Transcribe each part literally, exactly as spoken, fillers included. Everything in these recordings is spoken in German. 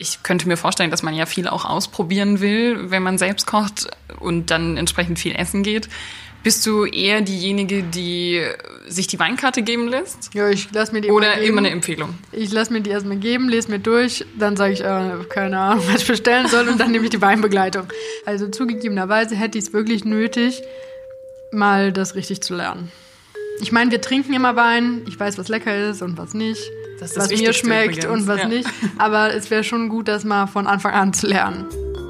ich könnte mir vorstellen, dass man ja viel auch ausprobieren will, wenn man selbst kocht und dann entsprechend viel essen geht. Bist du eher diejenige, die sich die Weinkarte geben lässt? Ja, ich lasse mir die Oder immer geben. immer eine Empfehlung? Ich lasse mir die erstmal geben, lese mir durch, dann sage ich, äh, keine Ahnung, was ich bestellen soll und dann nehme ich die Weinbegleitung. Also zugegebenerweise hätte ich es wirklich nötig, mal das richtig zu lernen. Ich meine, wir trinken immer Wein, ich weiß, was lecker ist und was nicht, Das ist das was mir schmeckt übrigens. und was ja. nicht, aber es wäre schon gut, das mal von Anfang an zu lernen.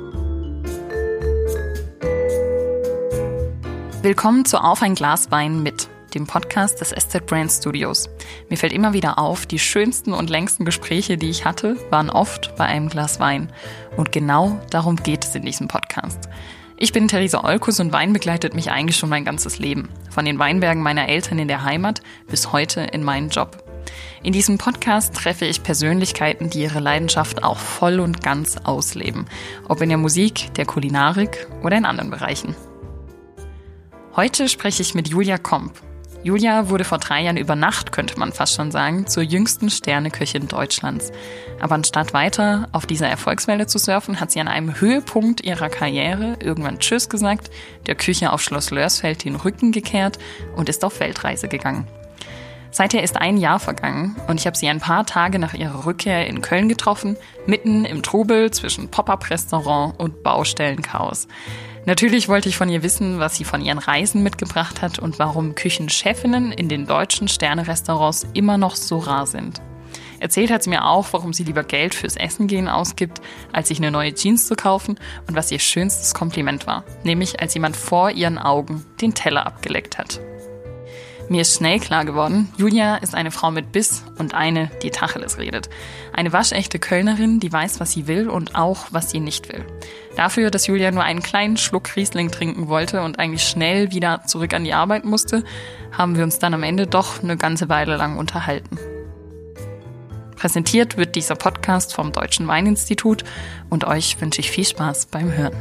Willkommen zu Auf ein Glas Wein mit, dem Podcast des S Z Brand Studios. Mir fällt immer wieder auf, die schönsten und längsten Gespräche, die ich hatte, waren oft bei einem Glas Wein. Und genau darum geht es in diesem Podcast. Ich bin Theresa Olkus und Wein begleitet mich eigentlich schon mein ganzes Leben. Von den Weinbergen meiner Eltern in der Heimat bis heute in meinen Job. In diesem Podcast treffe ich Persönlichkeiten, die ihre Leidenschaft auch voll und ganz ausleben. Ob in der Musik, der Kulinarik oder in anderen Bereichen. Heute spreche ich mit Julia Komp. Julia wurde vor drei Jahren über Nacht, könnte man fast schon sagen, zur jüngsten Sterneköchin Deutschlands. Aber anstatt weiter auf dieser Erfolgswelle zu surfen, hat sie an einem Höhepunkt ihrer Karriere irgendwann Tschüss gesagt, der Küche auf Schloss Lörsfeld den Rücken gekehrt und ist auf Weltreise gegangen. Seither ist ein Jahr vergangen und ich habe sie ein paar Tage nach ihrer Rückkehr in Köln getroffen, mitten im Trubel zwischen Pop-up-Restaurant und Baustellenchaos. Natürlich wollte ich von ihr wissen, was sie von ihren Reisen mitgebracht hat und warum Küchenchefinnen in den deutschen Sterne-Restaurants immer noch so rar sind. Erzählt hat sie mir auch, warum sie lieber Geld fürs Essen gehen ausgibt, als sich eine neue Jeans zu kaufen und was ihr schönstes Kompliment war, nämlich als jemand vor ihren Augen den Teller abgeleckt hat. Mir ist schnell klar geworden, Julia ist eine Frau mit Biss und eine, die Tacheles redet. Eine waschechte Kölnerin, die weiß, was sie will und auch, was sie nicht will. Dafür, dass Julia nur einen kleinen Schluck Riesling trinken wollte und eigentlich schnell wieder zurück an die Arbeit musste, haben wir uns dann am Ende doch eine ganze Weile lang unterhalten. Präsentiert wird dieser Podcast vom Deutschen Weininstitut und euch wünsche ich viel Spaß beim Hören.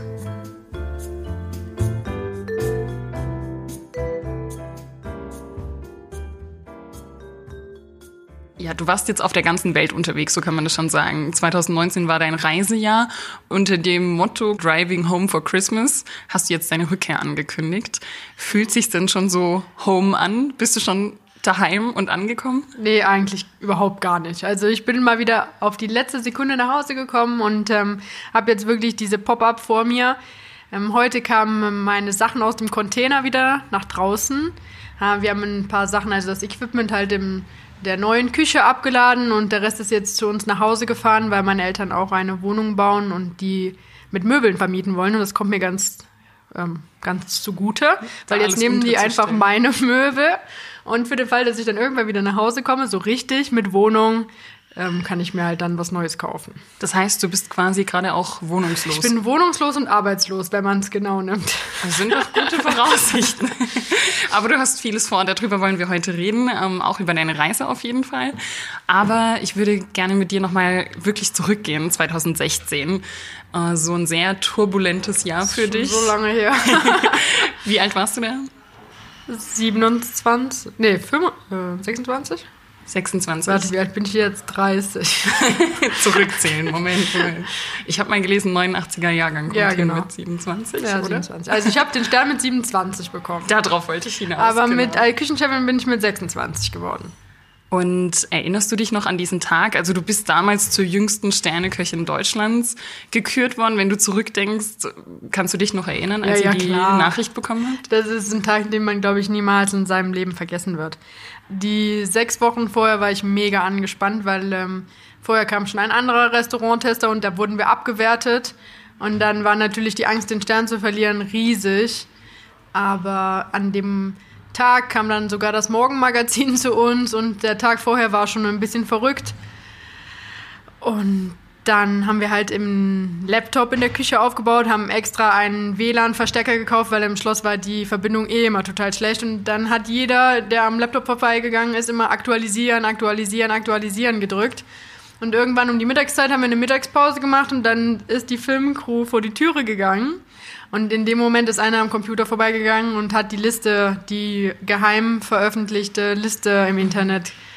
Ja, du warst jetzt auf der ganzen Welt unterwegs, so kann man das schon sagen. zwanzig neunzehn war dein Reisejahr. Unter dem Motto Driving Home for Christmas hast du jetzt deine Rückkehr angekündigt. Fühlt sich's denn schon so home an? Bist du schon daheim und angekommen? Nee, eigentlich überhaupt gar nicht. Also ich bin mal wieder auf die letzte Sekunde nach Hause gekommen und ähm, habe jetzt wirklich diese Pop-up vor mir. Ähm, heute kamen meine Sachen aus dem Container wieder nach draußen. Ja, wir haben ein paar Sachen, also das Equipment halt im der neuen Küche abgeladen und der Rest ist jetzt zu uns nach Hause gefahren, weil meine Eltern auch eine Wohnung bauen und die mit Möbeln vermieten wollen. Und das kommt mir ganz, ähm, ganz zugute, weil jetzt nehmen die einfach meine Möbel. Und für den Fall, dass ich dann irgendwann wieder nach Hause komme, so richtig mit Wohnung, ähm, kann ich mir halt dann was Neues kaufen. Das heißt, du bist quasi gerade auch wohnungslos? Ich bin wohnungslos und arbeitslos, wenn man es genau nimmt. Das sind doch gute Voraussichten. Aber du hast vieles vor, darüber wollen wir heute reden, ähm, auch über deine Reise auf jeden Fall. Aber ich würde gerne mit dir nochmal wirklich zurückgehen, zwanzig sechzehn. Äh, so ein sehr turbulentes Jahr für dich. So lange her. Wie alt warst du da? siebenundzwanzig, nee, fünfundzwanzig, sechsundzwanzig? sechsundzwanzig. Warte, wie alt bin ich jetzt? dreißig. Zurückzählen, Moment, Moment. Ich habe mal gelesen, neunundachtziger Jahrgang kommt ja, hin genau. mit siebenundzwanzig, ja, oder? siebenundzwanzig. Also ich habe den Stern mit siebenundzwanzig bekommen. Darauf wollte ich hinaus. Aber genau. mit äh, Küchenchefin bin ich mit sechsundzwanzig geworden. Und erinnerst du dich noch an diesen Tag? Also du bist damals zur jüngsten Sterneköchin Deutschlands gekürt worden. Wenn du zurückdenkst, kannst du dich noch erinnern, als ja, ja, ihr die klar. Nachricht bekommen habt? Das ist ein Tag, den man, glaube ich, niemals in seinem Leben vergessen wird. Die sechs Wochen vorher war ich mega angespannt, weil ähm, vorher kam schon ein anderer Restauranttester und da wurden wir abgewertet. Und dann war natürlich die Angst, den Stern zu verlieren, riesig. Aber an dem Tag kam dann sogar das Morgenmagazin zu uns und der Tag vorher war schon ein bisschen verrückt. Und dann haben wir halt im Laptop in der Küche aufgebaut, haben extra einen W L A N-Verstärker gekauft, weil im Schloss war die Verbindung eh immer total schlecht. Und dann hat jeder, der am Laptop vorbeigegangen ist, immer aktualisieren, aktualisieren, aktualisieren gedrückt. Und irgendwann um die Mittagszeit haben wir eine Mittagspause gemacht und dann ist die Filmcrew vor die Türe gegangen. Und in dem Moment ist einer am Computer vorbeigegangen und hat die Liste, die geheim veröffentlichte Liste im Internet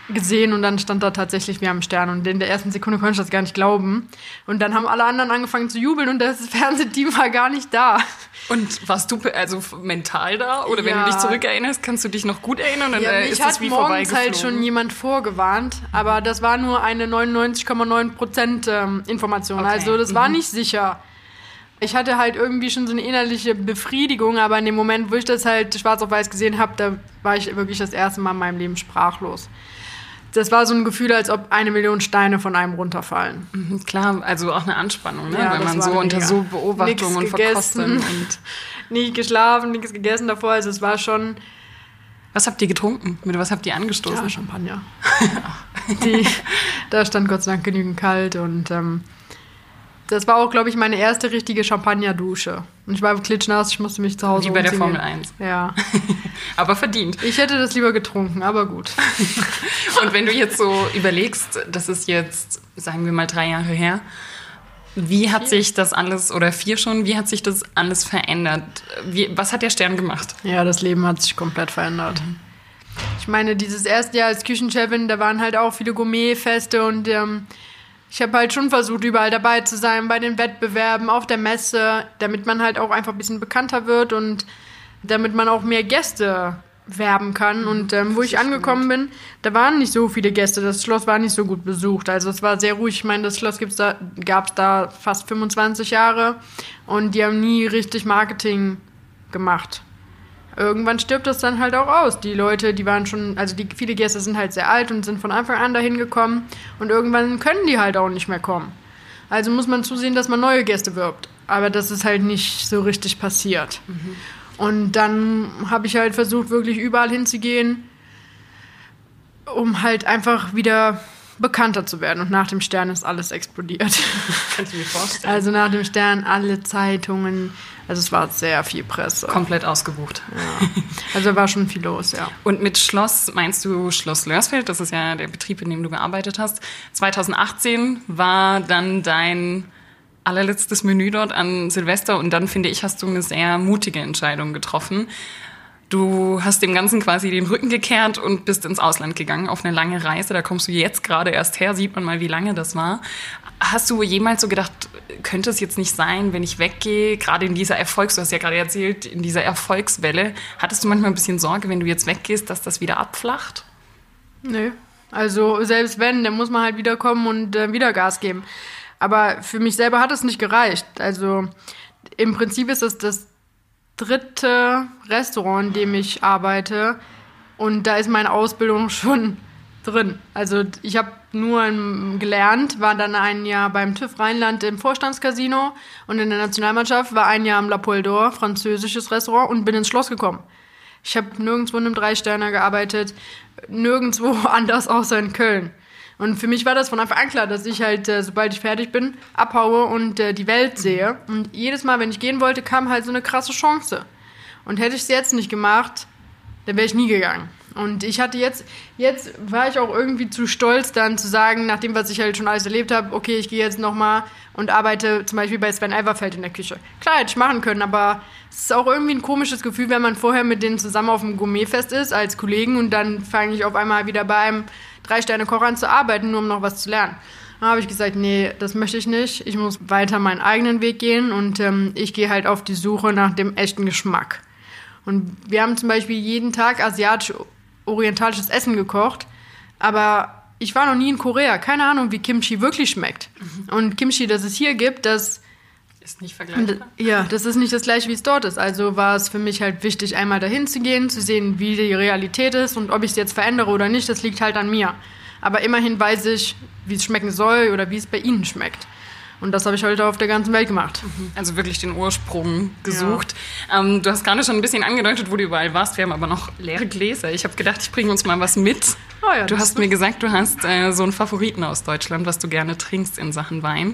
gesehen und dann stand da tatsächlich wir haben Stern und in der ersten Sekunde konnte ich das gar nicht glauben und dann haben alle anderen angefangen zu jubeln und das Fernsehteam war gar nicht da. Und warst du also mental da oder Ja. wenn du dich zurückerinnerst, kannst du dich noch gut erinnern oder Ja, ist mich das hat wie morgens vorbeigeflogen? halt schon jemand vorgewarnt, aber das war nur eine neunundneunzig Komma neun Prozent ähm, Information, Okay. also das war nicht sicher. Ich hatte halt irgendwie schon so eine innerliche Befriedigung, aber in dem Moment, wo ich das halt schwarz auf weiß gesehen habe, da war ich wirklich das erste Mal in meinem Leben sprachlos. Das war so ein Gefühl, als ob eine Million Steine von einem runterfallen. Mhm, klar, also auch eine Anspannung, ne? Ja, wenn das man war so unter mega. so Beobachtung und Nix Verkosten gegessen. und... Nicht geschlafen, nichts gegessen davor, also es war schon... Was habt ihr getrunken? Mit was habt ihr angestoßen? Ja, Champagner. Die, da stand Gott sei Dank genügend kalt und ähm, das war auch, glaube ich, meine erste richtige Champagnerdusche. Und ich war klitschnass, ich musste mich zu Hause Wie bei der umziehen. Formel eins. Ja. Aber verdient. Ich hätte das lieber getrunken, aber gut. Und wenn du jetzt so überlegst, das ist jetzt, sagen wir mal, drei Jahre her, wie hat sich das alles, oder vier schon, wie hat sich das alles verändert? Wie, was hat der Stern gemacht? Ja, das Leben hat sich komplett verändert. Ich meine, dieses erste Jahr als Küchenchefin, da waren halt auch viele Gourmetfeste und ähm, ich habe halt schon versucht, überall dabei zu sein, bei den Wettbewerben, auf der Messe, damit man halt auch einfach ein bisschen bekannter wird und damit man auch mehr Gäste werben kann. Und ähm, wo ich angekommen bin, da waren nicht so viele Gäste. Das Schloss war nicht so gut besucht. Also es war sehr ruhig. Ich meine, das Schloss gibt's da, gab es da fast fünfundzwanzig Jahre und die haben nie richtig Marketing gemacht. Irgendwann stirbt das dann halt auch aus. Die Leute, die waren schon, also die, viele Gäste sind halt sehr alt und sind von Anfang an dahin gekommen und irgendwann können die halt auch nicht mehr kommen. Also muss man zusehen, dass man neue Gäste wirbt. Aber das ist halt nicht so richtig passiert. Mhm. Und dann habe ich halt versucht, wirklich überall hinzugehen, um halt einfach wieder bekannter zu werden. Und nach dem Stern ist alles explodiert. Kannst du mir vorstellen? Also nach dem Stern alle Zeitungen. Also es war sehr viel Presse. Komplett ausgebucht. Ja. Also war schon viel los, ja. Und mit Schloss meinst du Schloss Lörsfeld? Das ist ja der Betrieb, in dem du gearbeitet hast. zwanzig achtzehn war dann dein allerletztes Menü dort an Silvester. Und dann, finde ich, hast du eine sehr mutige Entscheidung getroffen. Du hast dem Ganzen quasi den Rücken gekehrt und bist ins Ausland gegangen auf eine lange Reise. Da kommst du jetzt gerade erst her, sieht man mal, wie lange das war. Hast du jemals so gedacht, könnte es jetzt nicht sein, wenn ich weggehe, gerade in dieser Erfolgs-, du hast ja gerade erzählt, in dieser Erfolgswelle, hattest du manchmal ein bisschen Sorge, wenn du jetzt weggehst, dass das wieder abflacht? Nö. Also selbst wenn, dann muss man halt wiederkommen und äh, wieder Gas geben. Aber für mich selber hat es nicht gereicht. Also im Prinzip ist es das dritte Restaurant, in dem ich arbeite und da ist meine Ausbildung schon drin. Also ich habe nur gelernt, war dann ein Jahr beim TÜV Rheinland im Vorstandscasino und in der Nationalmannschaft, war ein Jahr am La Poule d'Or, französisches Restaurant und bin ins Schloss gekommen. Ich habe nirgendwo in einem Drei-Sterner gearbeitet, nirgendwo anders außer in Köln. Und für mich war das von Anfang an klar, dass ich halt, äh, sobald ich fertig bin, abhaue und äh, die Welt sehe. Und jedes Mal, wenn ich gehen wollte, kam halt so eine krasse Chance. Und hätte ich es jetzt nicht gemacht, dann wäre ich nie gegangen. Und ich hatte jetzt, jetzt war ich auch irgendwie zu stolz dann zu sagen, nach dem, was ich halt schon alles erlebt habe, okay, ich gehe jetzt nochmal und arbeite zum Beispiel bei Sven Elverfeld in der Küche. Klar, hätte ich machen können, aber es ist auch irgendwie ein komisches Gefühl, wenn man vorher mit denen zusammen auf dem Gourmetfest ist, als Kollegen, und dann fange ich auf einmal wieder bei einem Drei-Sterne-Koch an zu arbeiten, nur um noch was zu lernen. Dann habe ich gesagt, nee, das möchte ich nicht. Ich muss weiter meinen eigenen Weg gehen und ähm, ich gehe halt auf die Suche nach dem echten Geschmack. Und wir haben zum Beispiel jeden Tag asiatisch-orientalisches Essen gekocht, aber ich war noch nie in Korea. Keine Ahnung, wie Kimchi wirklich schmeckt. Mhm. Und Kimchi, das es hier gibt, das ist nicht vergleichbar. Ja, das ist nicht das gleiche, wie es dort ist. Also war es für mich halt wichtig, einmal dahin zu gehen, zu sehen, wie die Realität ist und ob ich es jetzt verändere oder nicht, das liegt halt an mir. Aber immerhin weiß ich, wie es schmecken soll oder wie es bei ihnen schmeckt. Und das habe ich heute auf der ganzen Welt gemacht. Also wirklich den Ursprung gesucht. Ja. Ähm, du hast gerade schon ein bisschen angedeutet, wo du überall warst. Wir haben aber noch leere Gläser. Ich habe gedacht, ich bringe uns mal was mit. Oh ja, du hast mir gesagt, du hast äh, so einen Favoriten aus Deutschland, was du gerne trinkst in Sachen Wein.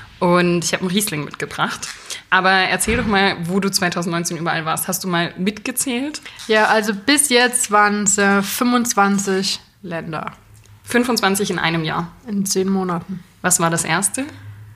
Und ich habe einen Riesling mitgebracht. Aber erzähl doch mal, wo du zwanzig neunzehn überall warst. Hast du mal mitgezählt? Ja, also bis jetzt waren es äh, fünfundzwanzig Länder. fünfundzwanzig in einem Jahr? In zehn Monaten. Was war das erste?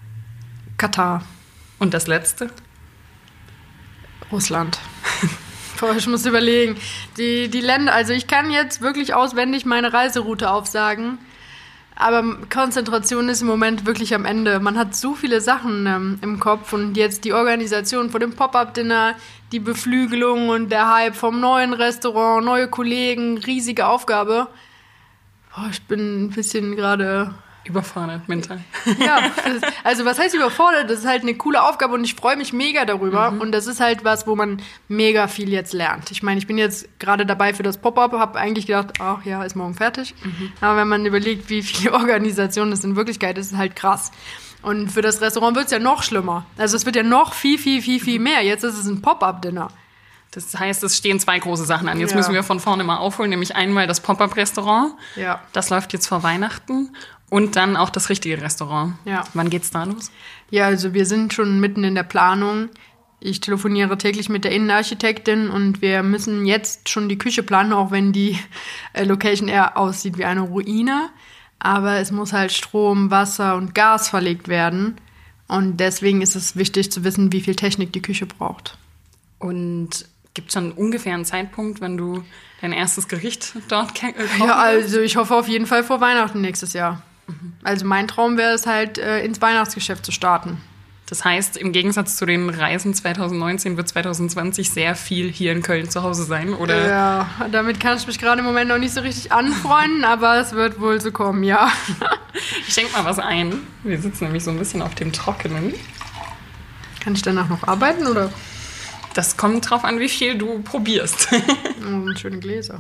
Katar. Und das letzte? Russland. Boah, ich muss überlegen. Die, die Länder, also ich kann jetzt wirklich auswendig meine Reiseroute aufsagen, aber Konzentration ist im Moment wirklich am Ende. Man hat so viele Sachen ähm, im Kopf und jetzt die Organisation vor dem Pop-Up-Dinner, die Beflügelung und der Hype vom neuen Restaurant, neue Kollegen, riesige Aufgabe. Boah, ich bin ein bisschen gerade... Überfordert mental. Ja, das, also was heißt überfordert? Das ist halt eine coole Aufgabe und ich freue mich mega darüber. Mhm. Und das ist halt was, wo man mega viel jetzt lernt. Ich meine, ich bin jetzt gerade dabei für das Pop-Up, habe eigentlich gedacht, ach ja, ist morgen fertig. Mhm. Aber wenn man überlegt, wie viele Organisationen das in Wirklichkeit ist, ist es halt krass. Und für das Restaurant wird es ja noch schlimmer. Also es wird ja noch viel, viel, viel, viel mehr. Jetzt ist es ein Pop-Up-Dinner. Das heißt, es stehen zwei große Sachen an. Jetzt ja. müssen wir von vorne mal aufholen, nämlich einmal das Pop-Up-Restaurant. Ja. Das läuft jetzt vor Weihnachten. Und dann auch das richtige Restaurant. Ja. Wann geht's da los? Ja, also wir sind schon mitten in der Planung. Ich telefoniere täglich mit der Innenarchitektin und wir müssen jetzt schon die Küche planen, auch wenn die äh, Location eher aussieht wie eine Ruine. Aber es muss halt Strom, Wasser und Gas verlegt werden. Und deswegen ist es wichtig zu wissen, wie viel Technik die Küche braucht. Und gibt es schon ungefähr einen Zeitpunkt, wenn du dein erstes Gericht dort kochen willst? Ja, also ich hoffe auf jeden Fall vor Weihnachten nächstes Jahr. Mhm. Also mein Traum wäre es halt, äh, ins Weihnachtsgeschäft zu starten. Das heißt, im Gegensatz zu den Reisen zwanzig neunzehn wird zwanzig zwanzig sehr viel hier in Köln zu Hause sein, oder? Ja, damit kann ich mich gerade im Moment noch nicht so richtig anfreunden, aber es wird wohl so kommen, ja. Ich schenke mal was ein. Wir sitzen nämlich so ein bisschen auf dem Trockenen. Kann ich danach noch arbeiten, oder? Das kommt drauf an, wie viel du probierst. Oh, schöne Gläser.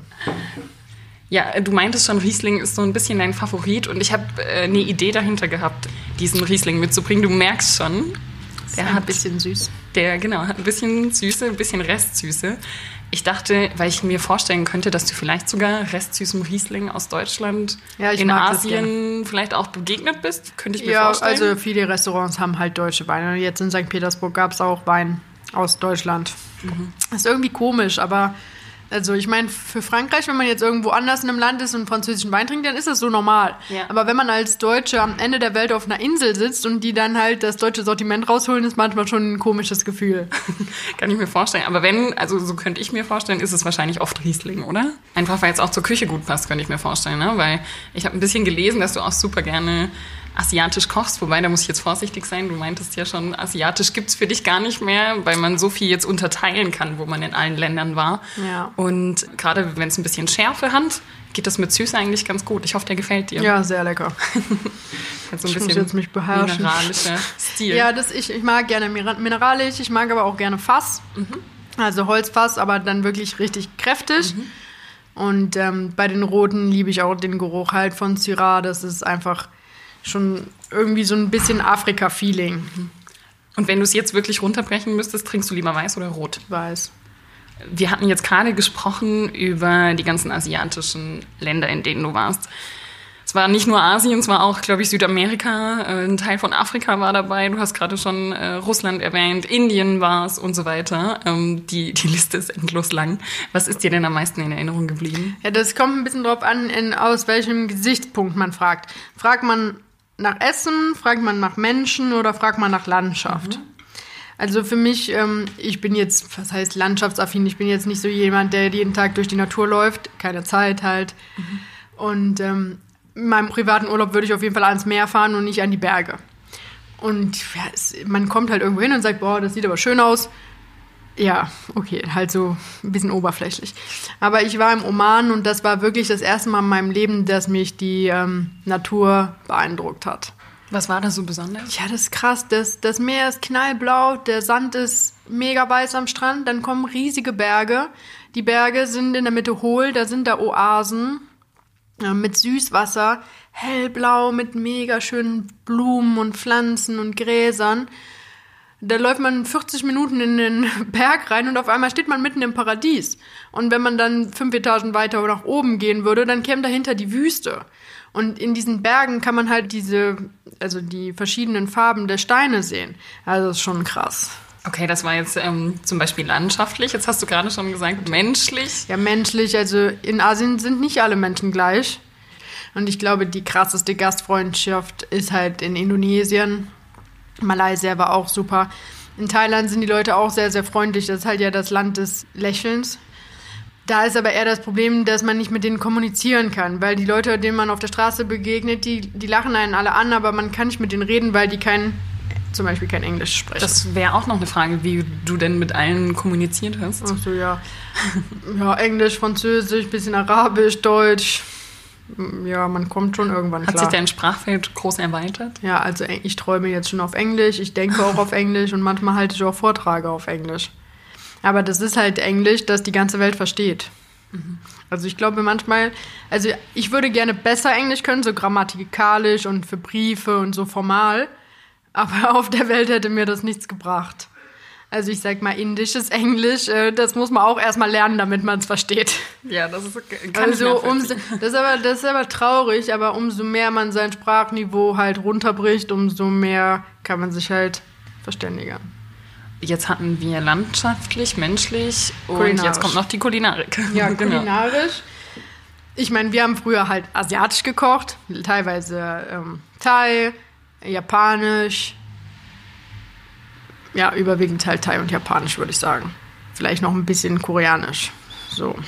Ja, du meintest schon, Riesling ist so ein bisschen dein Favorit und ich habe äh, eine Idee dahinter gehabt, diesen Riesling mitzubringen. Du merkst schon, der hat ein bisschen süß. Der, genau, hat ein bisschen Süße, ein bisschen Restsüße. Ich dachte, weil ich mir vorstellen könnte, dass du vielleicht sogar restsüßem Riesling aus Deutschland ja, ich in mag Asien vielleicht auch begegnet bist, könnte ich mir ja, vorstellen. Ja, also viele Restaurants haben halt deutsche Weine. Jetzt in Sankt Petersburg gab es auch Wein aus Deutschland. Mhm. Das ist irgendwie komisch, aber also ich meine, für Frankreich, wenn man jetzt irgendwo anders in einem Land ist und französischen Wein trinkt, dann ist das so normal. Ja. Aber wenn man als Deutsche am Ende der Welt auf einer Insel sitzt und die dann halt das deutsche Sortiment rausholen, ist manchmal schon ein komisches Gefühl. Kann ich mir vorstellen. Aber wenn, also so könnte ich mir vorstellen, ist es wahrscheinlich oft Riesling, oder? Einfach, weil es auch zur Küche gut passt, könnte ich mir vorstellen. Ne? Weil ich habe ein bisschen gelesen, dass du auch super gerne asiatisch kochst, wobei, da muss ich jetzt vorsichtig sein, du meintest ja schon, asiatisch gibt's für dich gar nicht mehr, weil man so viel jetzt unterteilen kann, wo man in allen Ländern war. Ja. Und gerade wenn es ein bisschen Schärfe hat, geht das mit Süße eigentlich ganz gut. Ich hoffe, der gefällt dir. Ja, sehr lecker. Also ein ich bisschen muss jetzt mich beherrschen. Mineralischer Stil. Ja, das, ich, ich mag gerne mineralisch, ich mag aber auch gerne Fass. Mhm. Also Holzfass, aber dann wirklich richtig kräftig. Mhm. Und ähm, bei den Roten liebe ich auch den Geruch halt von Syrah. Das ist einfach schon irgendwie so ein bisschen Afrika-Feeling. Und wenn du es jetzt wirklich runterbrechen müsstest, trinkst du lieber weiß oder rot? Weiß. Wir hatten jetzt gerade gesprochen über die ganzen asiatischen Länder, in denen du warst. Es war nicht nur Asien, es war auch, glaube ich, Südamerika, ein Teil von Afrika war dabei. Du hast gerade schon äh, Russland erwähnt, Indien war es und so weiter. Ähm, die, die Liste ist endlos lang. Was ist dir denn am meisten in Erinnerung geblieben? Ja, das kommt ein bisschen drauf an, in, aus welchem Gesichtspunkt man fragt. Fragt man nach Essen, fragt man nach Menschen oder fragt man nach Landschaft? Mhm. Also für mich, ähm, ich bin jetzt, was heißt landschaftsaffin, ich bin jetzt nicht so jemand, der jeden Tag durch die Natur läuft, keine Zeit halt. Mhm. Und ähm, in meinem privaten Urlaub würde ich auf jeden Fall ans Meer fahren und nicht an die Berge. Und ja, es, man kommt halt irgendwo hin und sagt, boah, das sieht aber schön aus. Ja, okay, halt so ein bisschen oberflächlich. Aber ich war im Oman und das war wirklich das erste Mal in meinem Leben, dass mich die ähm, Natur beeindruckt hat. Was war da so besonders? Ja, das ist krass. Das, das Meer ist knallblau, der Sand ist mega weiß am Strand, dann kommen riesige Berge. Die Berge sind in der Mitte hohl, da sind da Oasen ja, mit Süßwasser, hellblau, mit mega schönen Blumen und Pflanzen und Gräsern. Da läuft man vierzig Minuten in den Berg rein und auf einmal steht man mitten im Paradies. Und wenn man dann fünf Etagen weiter nach oben gehen würde, dann käme dahinter die Wüste. Und in diesen Bergen kann man halt diese, also die verschiedenen Farben der Steine sehen. Also das ist schon krass. Okay, das war jetzt ähm, zum Beispiel landschaftlich. Jetzt hast du gerade schon gesagt, menschlich. Ja, menschlich. Also in Asien sind nicht alle Menschen gleich. Und ich glaube, die krasseste Gastfreundschaft ist halt in Indonesien. Malaysia war auch super. In Thailand sind die Leute auch sehr, sehr freundlich. Das ist halt ja das Land des Lächelns. Da ist aber eher das Problem, dass man nicht mit denen kommunizieren kann, weil die Leute, denen man auf der Straße begegnet, die, die lachen einen alle an, aber man kann nicht mit denen reden, weil die kein, zum Beispiel kein Englisch sprechen. Das wäre auch noch eine Frage, wie du denn mit allen kommuniziert hast. Ach so, ja. Ja, Englisch, Französisch, bisschen Arabisch, Deutsch. Ja, man kommt schon irgendwann klar. Hat sich dein Sprachfeld groß erweitert? Ja, also ich träume jetzt schon auf Englisch, ich denke auch auf Englisch und manchmal halte ich auch Vorträge auf Englisch. Aber das ist halt Englisch, das die ganze Welt versteht. Mhm. Also ich glaube manchmal, also ich würde gerne besser Englisch können, so grammatikalisch und für Briefe und so formal. Aber auf der Welt hätte mir das nichts gebracht. Also ich sag mal, indisches Englisch, das muss man auch erstmal lernen, damit man es versteht. Ja, das ist kann also umso, das, ist aber, das ist aber traurig, aber umso mehr man sein Sprachniveau halt runterbricht, umso mehr kann man sich halt verständigen. Jetzt hatten wir landschaftlich, menschlich und jetzt kommt noch die Kulinarik. Ja, kulinarisch. Genau. Ich meine, wir haben früher halt asiatisch gekocht, teilweise ähm, Thai, Japanisch. Ja, überwiegend halt Thai und Japanisch, würde ich sagen. Vielleicht noch ein bisschen Koreanisch. So.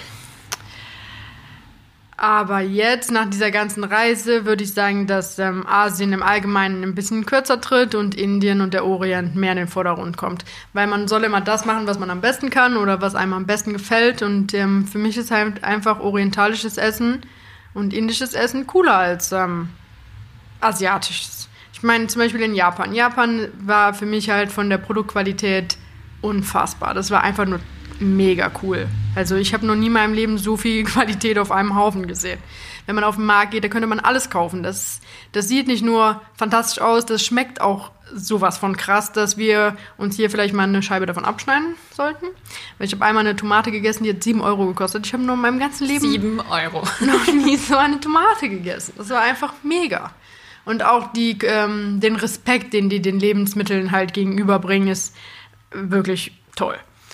Aber jetzt, nach dieser ganzen Reise, würde ich sagen, dass ähm, Asien im Allgemeinen ein bisschen kürzer tritt und Indien und der Orient mehr in den Vordergrund kommt. Weil man soll immer das machen, was man am besten kann oder was einem am besten gefällt. Und ähm, für mich ist halt einfach orientalisches Essen und indisches Essen cooler als ähm, asiatisches. Ich meine zum Beispiel in Japan. Japan war für mich halt von der Produktqualität unfassbar. Das war einfach nur mega cool. Also ich habe noch nie in meinem Leben so viel Qualität auf einem Haufen gesehen. Wenn man auf den Markt geht, da könnte man alles kaufen. Das, das sieht nicht nur fantastisch aus, das schmeckt auch sowas von krass, dass wir uns hier vielleicht mal eine Scheibe davon abschneiden sollten. Weil ich habe einmal eine Tomate gegessen, die hat sieben Euro gekostet. Ich habe nur in meinem ganzen Leben sieben Euro noch nie so eine Tomate gegessen. Das war einfach mega. Und auch die, ähm, den Respekt, den die den Lebensmitteln halt gegenüberbringen, ist wirklich toll.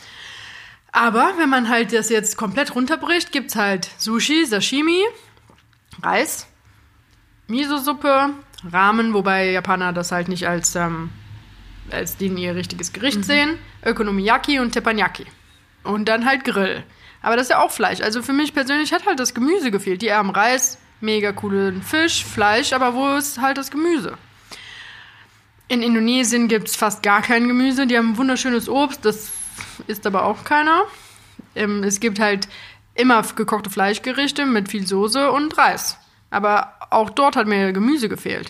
Aber wenn man halt das jetzt komplett runterbricht, gibt es halt Sushi, Sashimi, Reis, Miso-Suppe, Ramen, wobei Japaner das halt nicht als, ähm, als den ihr richtiges Gericht mhm. sehen, Ökonomiyaki und Teppanyaki. Und dann halt Grill. Aber das ist ja auch Fleisch. Also für mich persönlich hat halt das Gemüse gefehlt. Die haben Reis, mega coolen Fisch, Fleisch, aber wo ist halt das Gemüse? In Indonesien gibt es fast gar kein Gemüse. Die haben wunderschönes Obst, das isst aber auch keiner. Ähm, es gibt halt immer gekochte Fleischgerichte mit viel Soße und Reis. Aber auch dort hat mir Gemüse gefehlt.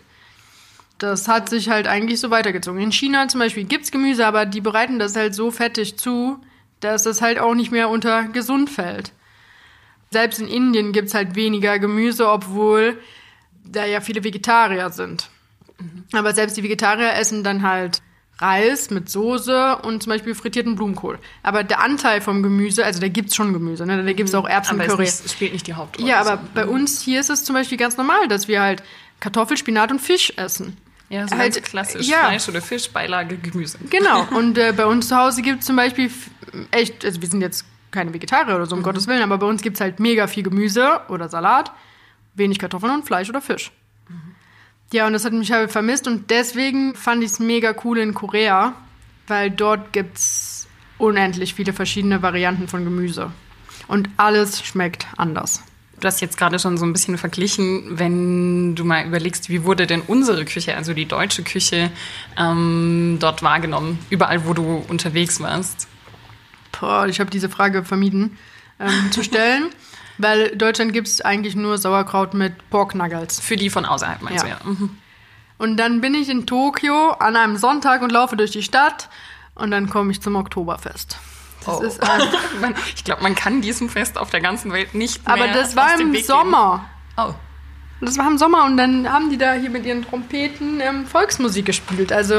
Das hat sich halt eigentlich so weitergezogen. In China zum Beispiel gibt es Gemüse, aber die bereiten das halt so fettig zu, dass es halt auch nicht mehr unter gesund fällt. Selbst in Indien gibt es halt weniger Gemüse, obwohl da ja viele Vegetarier sind. Mhm. Aber selbst die Vegetarier essen dann halt Reis mit Soße und zum Beispiel frittierten Blumenkohl. Aber der Anteil vom Gemüse, also da gibt es schon Gemüse, ne? Da gibt es auch Erbsen, aber Curry. Es spielt nicht die Hauptrolle. Ja, aber bei uns hier ist es zum Beispiel ganz normal, dass wir halt Kartoffel, Spinat und Fisch essen. Ja, so halt, ganz klassisch. Ja. Fleisch oder Fisch, Beilage, Gemüse. Genau. Und äh, bei uns zu Hause gibt es zum Beispiel echt, also wir sind jetzt keine Vegetarier oder so, um mhm. Gottes Willen, aber bei uns gibt es halt mega viel Gemüse oder Salat, wenig Kartoffeln und Fleisch oder Fisch. Mhm. Ja, und das hat mich halt vermisst und deswegen fand ich es mega cool in Korea, weil dort gibt es unendlich viele verschiedene Varianten von Gemüse. Und alles schmeckt anders. Du hast jetzt gerade schon so ein bisschen verglichen, wenn du mal überlegst, wie wurde denn unsere Küche, also die deutsche Küche, ähm, dort wahrgenommen, überall, wo du unterwegs warst? Boah, ich habe diese Frage vermieden ähm, zu stellen, weil in Deutschland gibt es eigentlich nur Sauerkraut mit Pork Nuggets. Für die von außerhalb meinst ja. du, ja. Mhm. Und dann bin ich in Tokio an einem Sonntag und laufe durch die Stadt und dann komme ich zum Oktoberfest. Das oh. ist einfach ich glaube, man kann diesem Fest auf der ganzen Welt nicht mehr Aber das war im Sommer. Oh. Das war im Sommer und dann haben die da hier mit ihren Trompeten ähm, Volksmusik gespielt. Also,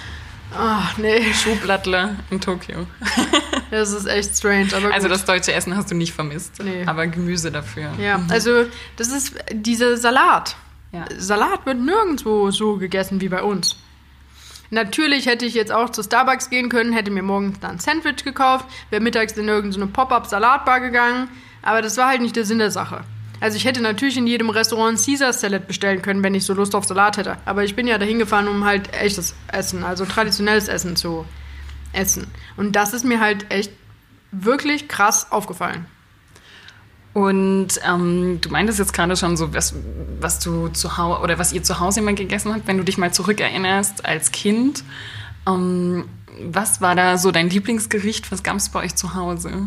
ach nee. Schuhblattler in Tokio. Das ist echt strange. Aber also gut. das deutsche Essen hast du nicht vermisst, nee. aber Gemüse dafür. Ja, mhm. also das ist dieser Salat. Ja. Salat wird nirgendwo so gegessen wie bei uns. Natürlich hätte ich jetzt auch zu Starbucks gehen können, hätte mir morgens dann ein Sandwich gekauft, wäre mittags in irgendeine Pop-Up-Salatbar gegangen, aber das war halt nicht der Sinn der Sache. Also ich hätte natürlich in jedem Restaurant Caesar Salad bestellen können, wenn ich so Lust auf Salat hätte. Aber ich bin ja dahin gefahren, um halt echtes Essen, also traditionelles Essen zu essen. Und das ist mir halt echt wirklich krass aufgefallen. Und ähm, du meintest jetzt gerade schon so, was, was du zu Hause oder was ihr zu Hause immer gegessen habt, wenn du dich mal zurückerinnerst als Kind. Ähm, was war da so dein Lieblingsgericht? Was gab es bei euch zu Hause?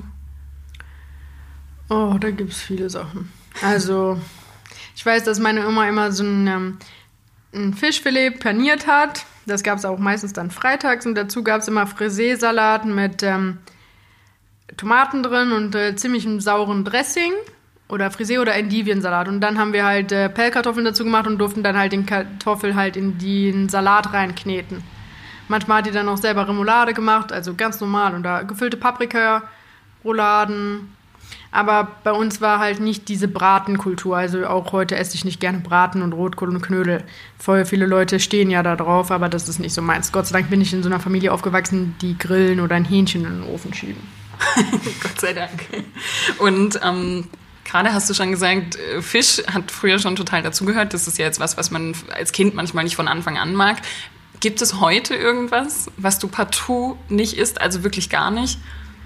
Oh, da gibt es viele Sachen. Also, ich weiß, dass meine Oma immer so ein, ähm, ein Fischfilet paniert hat. Das gab es auch meistens dann freitags. Und dazu gab es immer Frisee-Salat mit ähm, Tomaten drin und äh, ziemlich einem sauren Dressing. Oder Frisee- oder Endiviensalat. Und dann haben wir halt äh, Pellkartoffeln dazu gemacht und durften dann halt den Kartoffel halt in den Salat reinkneten. Manchmal hat die dann auch selber Remoulade gemacht, also ganz normal. Und da gefüllte Paprika, Rouladen. Aber bei uns war halt nicht diese Bratenkultur. Also auch heute esse ich nicht gerne Braten und Rotkohl und Knödel. Voll viele Leute stehen ja da drauf, aber das ist nicht so meins. Gott sei Dank bin ich in so einer Familie aufgewachsen, die grillen oder ein Hähnchen in den Ofen schieben. Gott sei Dank. Und ähm, gerade hast du schon gesagt, Fisch hat früher schon total dazugehört. Das ist ja jetzt was, was man als Kind manchmal nicht von Anfang an mag. Gibt es heute irgendwas, was du partout nicht isst, also wirklich gar nicht?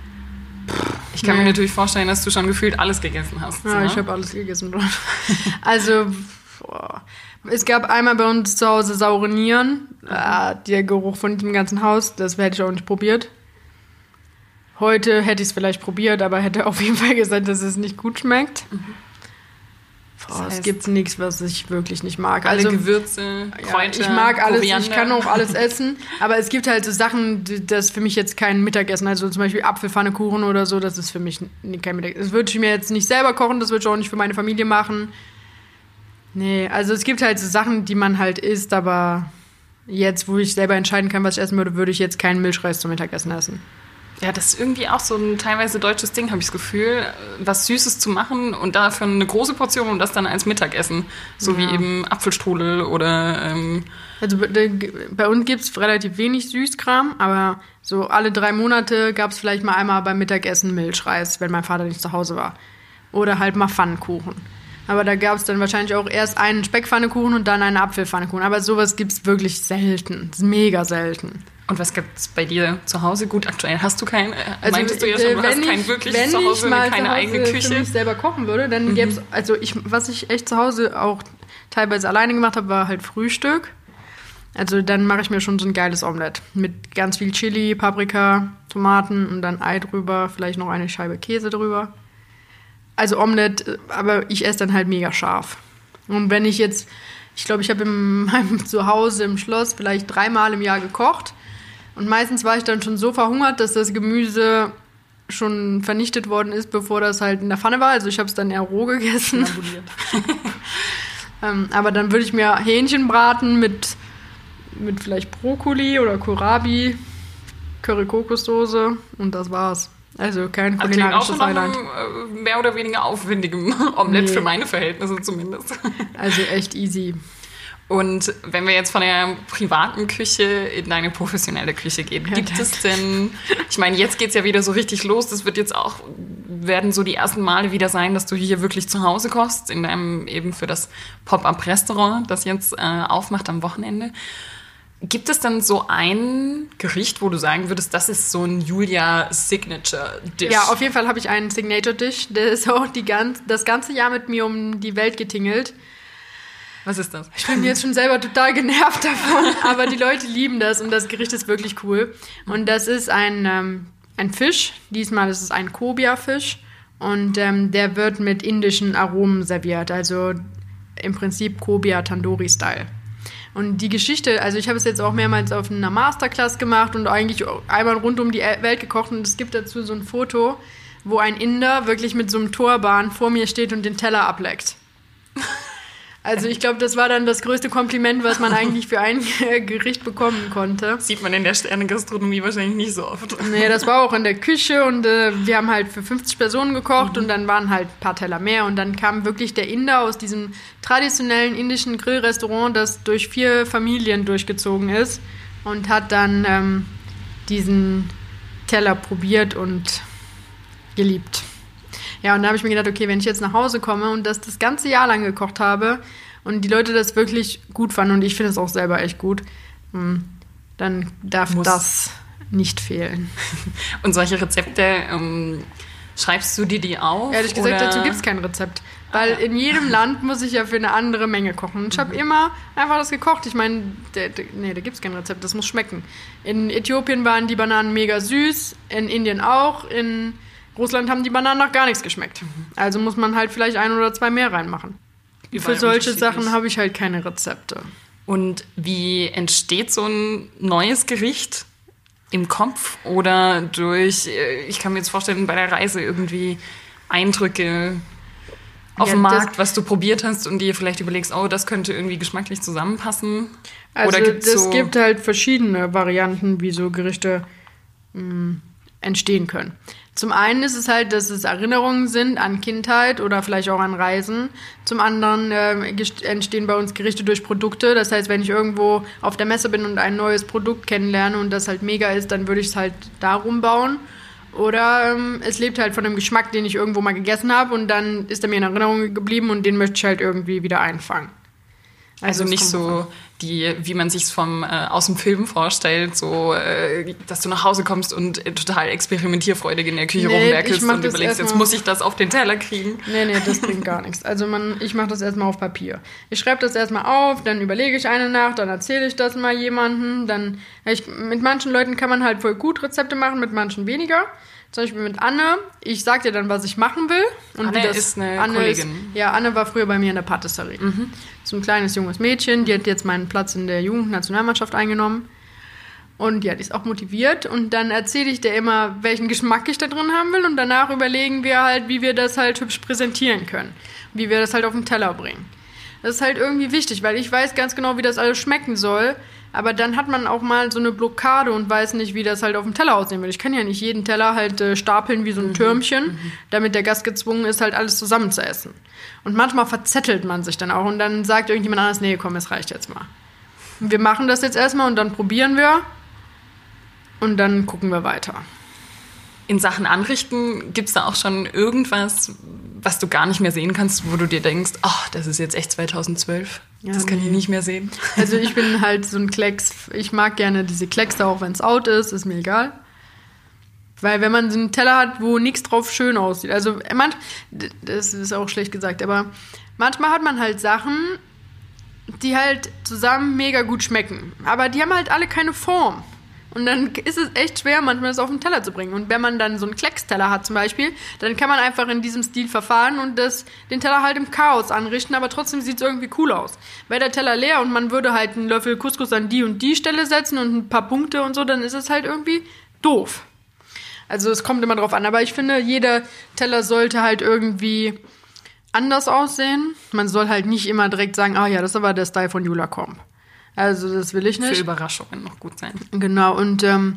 Ich kann nee. mir natürlich vorstellen, dass du schon gefühlt alles gegessen hast. Ja, ne? Ich habe alles gegessen. Also, boah. Es gab einmal bei uns zu Hause saure Nieren. Mhm. Ah, der Geruch von dem ganzen Haus, das hätte ich auch nicht probiert. Heute hätte ich es vielleicht probiert, aber hätte auf jeden Fall gesagt, dass es nicht gut schmeckt. Mhm. Boah, das heißt, es gibt nichts, was ich wirklich nicht mag. Alle also, Gewürze, Kräuter, ja, ich mag alles, Koriander. Ich kann auch alles essen, aber es gibt halt so Sachen, das ist für mich jetzt kein Mittagessen. Also zum Beispiel Apfelpfannekuchen oder so, das ist für mich kein Mittagessen. Das würde ich mir jetzt nicht selber kochen, das würde ich auch nicht für meine Familie machen. Nee, also es gibt halt so Sachen, die man halt isst, aber jetzt, wo ich selber entscheiden kann, was ich essen würde, würde ich jetzt keinen Milchreis zum Mittagessen essen. Ja, das ist irgendwie auch so ein teilweise deutsches Ding, habe ich das Gefühl, was Süßes zu machen und dafür eine große Portion und das dann als Mittagessen. So ja. Wie eben Apfelstrudel oder... Ähm also bei uns gibt es relativ wenig Süßkram, aber so alle drei Monate gab es vielleicht mal einmal beim Mittagessen Milchreis, wenn mein Vater nicht zu Hause war. Oder halt mal Pfannkuchen. Aber da gab es dann wahrscheinlich auch erst einen Speckpfannekuchen und dann einen Apfelpfannekuchen. Aber sowas gibt es wirklich selten. Das ist mega selten. Und was gibt es bei dir zu Hause? Gut, aktuell hast du keinen, also, meintest du ja schon, du hast ich, kein wirkliches Zuhause, keine zu Hause eigene Küche. Wenn ich selber kochen würde, dann mhm. gäbe es, also ich, was ich echt zu Hause auch teilweise alleine gemacht habe, war halt Frühstück. Also dann mache ich mir schon so ein geiles Omelett mit ganz viel Chili, Paprika, Tomaten und dann Ei drüber, vielleicht noch eine Scheibe Käse drüber. Also Omelett, aber ich esse dann halt mega scharf. Und wenn ich jetzt, ich glaube, ich habe in meinem Zuhause im Schloss vielleicht dreimal im Jahr gekocht. Und meistens war ich dann schon so verhungert, dass das Gemüse schon vernichtet worden ist, bevor das halt in der Pfanne war. Also ich habe es dann eher roh gegessen. ähm, aber dann würde ich mir Hähnchen braten mit, mit vielleicht Brokkoli oder Kohlrabi, Curry-Kokossoße und das war's. Also kein kulinarisches Highlight. Auch mehr oder weniger aufwendigem Omelett nee. Für meine Verhältnisse zumindest. Also echt easy. Und wenn wir jetzt von der privaten Küche in deine professionelle Küche gehen, ja, gibt es denn, ich meine, jetzt geht's ja wieder so richtig los, das wird jetzt auch, werden so die ersten Male wieder sein, dass du hier wirklich zu Hause kochst, in deinem eben für das Pop-Up-Restaurant, das jetzt äh, aufmacht am Wochenende. Gibt es dann so ein Gericht, wo du sagen würdest, das ist so ein Julia-Signature-Dish? Ja, auf jeden Fall habe ich einen Signature-Dish, der ist auch die ganz, das ganze Jahr mit mir um die Welt getingelt. Was ist das? Ich bin jetzt schon selber total genervt davon, aber die Leute lieben das und das Gericht ist wirklich cool. Und das ist ein, ähm, ein Fisch, diesmal ist es ein Kobia-Fisch und ähm, der wird mit indischen Aromen serviert, also im Prinzip Kobia-Tandoori-Style. Und die Geschichte, also ich habe es jetzt auch mehrmals auf einer Masterclass gemacht und eigentlich einmal rund um die Welt gekocht und es gibt dazu so ein Foto, wo ein Inder wirklich mit so einem Turban vor mir steht und den Teller ableckt. Also ich glaube, das war dann das größte Kompliment, was man eigentlich für ein Gericht bekommen konnte. Sieht man in der Sterne-Gastronomie wahrscheinlich nicht so oft. Nee, das war auch in der Küche und äh, wir haben halt für fünfzig Personen gekocht mhm. und dann waren halt ein paar Teller mehr und dann kam wirklich der Inder aus diesem traditionellen indischen Grillrestaurant, das durch vier Familien durchgezogen ist und hat dann ähm, diesen Teller probiert und geliebt. Ja, und da habe ich mir gedacht, okay, wenn ich jetzt nach Hause komme und das das ganze Jahr lang gekocht habe und die Leute das wirklich gut fanden und ich finde es auch selber echt gut, dann darf Muss. das nicht fehlen. Und solche Rezepte, ähm, schreibst du dir die auf? Ehrlich gesagt, oder? dazu gibt es kein Rezept. Weil ah, ja. in jedem Land muss ich ja für eine andere Menge kochen. Und ich habe mhm. immer einfach das gekocht. Ich meine, nee, da gibt es kein Rezept, das muss schmecken. In Äthiopien waren die Bananen mega süß, in Indien auch, in Russland haben die Bananen nach gar nichts geschmeckt. Mhm. Also muss man halt vielleicht ein oder zwei mehr reinmachen. Überall für solche Sachen habe ich halt keine Rezepte. Und wie entsteht so ein neues Gericht? Im Kopf oder durch, ich kann mir jetzt vorstellen, bei der Reise irgendwie Eindrücke auf ja, dem Markt, was du probiert hast und dir vielleicht überlegst, oh, das könnte irgendwie geschmacklich zusammenpassen? Also oder gibt's es so gibt halt verschiedene Varianten, wie so Gerichte mh, entstehen können. Zum einen ist es halt, dass es Erinnerungen sind an Kindheit oder vielleicht auch an Reisen. Zum anderen äh, entstehen bei uns Gerichte durch Produkte. Das heißt, wenn ich irgendwo auf der Messe bin und ein neues Produkt kennenlerne und das halt mega ist, dann würde ich es halt darum bauen. Oder ähm, es lebt halt von dem Geschmack, den ich irgendwo mal gegessen habe und dann ist er mir in Erinnerung geblieben und den möchte ich halt irgendwie wieder einfangen. Also, also nicht so, die, wie man sich es vom äh, aus dem Film vorstellt, so, äh, dass du nach Hause kommst und äh, total experimentierfreudig in der Küche nee, rumwerkelst und überlegst, jetzt muss ich das auf den Teller kriegen. Nee, nee, das bringt gar nichts. Also man, ich mache das erstmal auf Papier. Ich schreibe das erstmal auf, dann überlege ich eine Nacht, dann erzähle ich das mal jemandem. Dann, ich, mit manchen Leuten kann man halt voll gut Rezepte machen, mit manchen weniger. Zum Beispiel mit Anne. Ich sag dir dann, was ich machen will. Und Anne wie das, ist eine Anne Kollegin. Ist, ja, Anne war früher bei mir in der Patisserie. Mhm. So ein kleines, junges Mädchen. Die hat jetzt meinen Platz in der Jugendnationalmannschaft eingenommen. Und ja, die ist auch motiviert. Und dann erzähle ich dir immer, welchen Geschmack ich da drin haben will. Und danach überlegen wir halt, wie wir das halt hübsch präsentieren können. Wie wir das halt auf den Teller bringen. Das ist halt irgendwie wichtig, weil ich weiß ganz genau, wie das alles schmecken soll. Aber dann hat man auch mal so eine Blockade und weiß nicht, wie das halt auf dem Teller aussehen will. Ich kann ja nicht jeden Teller halt äh, stapeln wie so ein mhm. Türmchen, mhm. damit der Gast gezwungen ist, halt alles zusammen zu essen. Und manchmal verzettelt man sich dann auch und dann sagt irgendjemand anderes, nee, komm, es reicht jetzt mal. Wir machen das jetzt erstmal und dann probieren wir und dann gucken wir weiter. In Sachen Anrichten, gibt es da auch schon irgendwas, was du gar nicht mehr sehen kannst, wo du dir denkst, ach, das ist jetzt echt zweitausendzwölf, ja, das kann nee. ich nicht mehr sehen? Also ich bin halt so ein Klecks, ich mag gerne diese Kleckse, auch wenn es out ist, ist mir egal. Weil wenn man so einen Teller hat, wo nichts drauf schön aussieht, also manch, das ist auch schlecht gesagt, aber manchmal hat man halt Sachen, die halt zusammen mega gut schmecken, aber die haben halt alle keine Form. Und dann ist es echt schwer, manchmal das auf den Teller zu bringen. Und wenn man dann so einen Klecksteller hat zum Beispiel, dann kann man einfach in diesem Stil verfahren und das, den Teller halt im Chaos anrichten, aber trotzdem sieht es irgendwie cool aus. Wäre der Teller leer und man würde halt einen Löffel Couscous an die und die Stelle setzen und ein paar Punkte und so, dann ist es halt irgendwie doof. Also es kommt immer drauf an. Aber ich finde, jeder Teller sollte halt irgendwie anders aussehen. Man soll halt nicht immer direkt sagen, ah ja, das ist aber der Style von Jula Komp. Also das will ich nicht. Für Überraschungen noch gut sein. Genau, und ähm,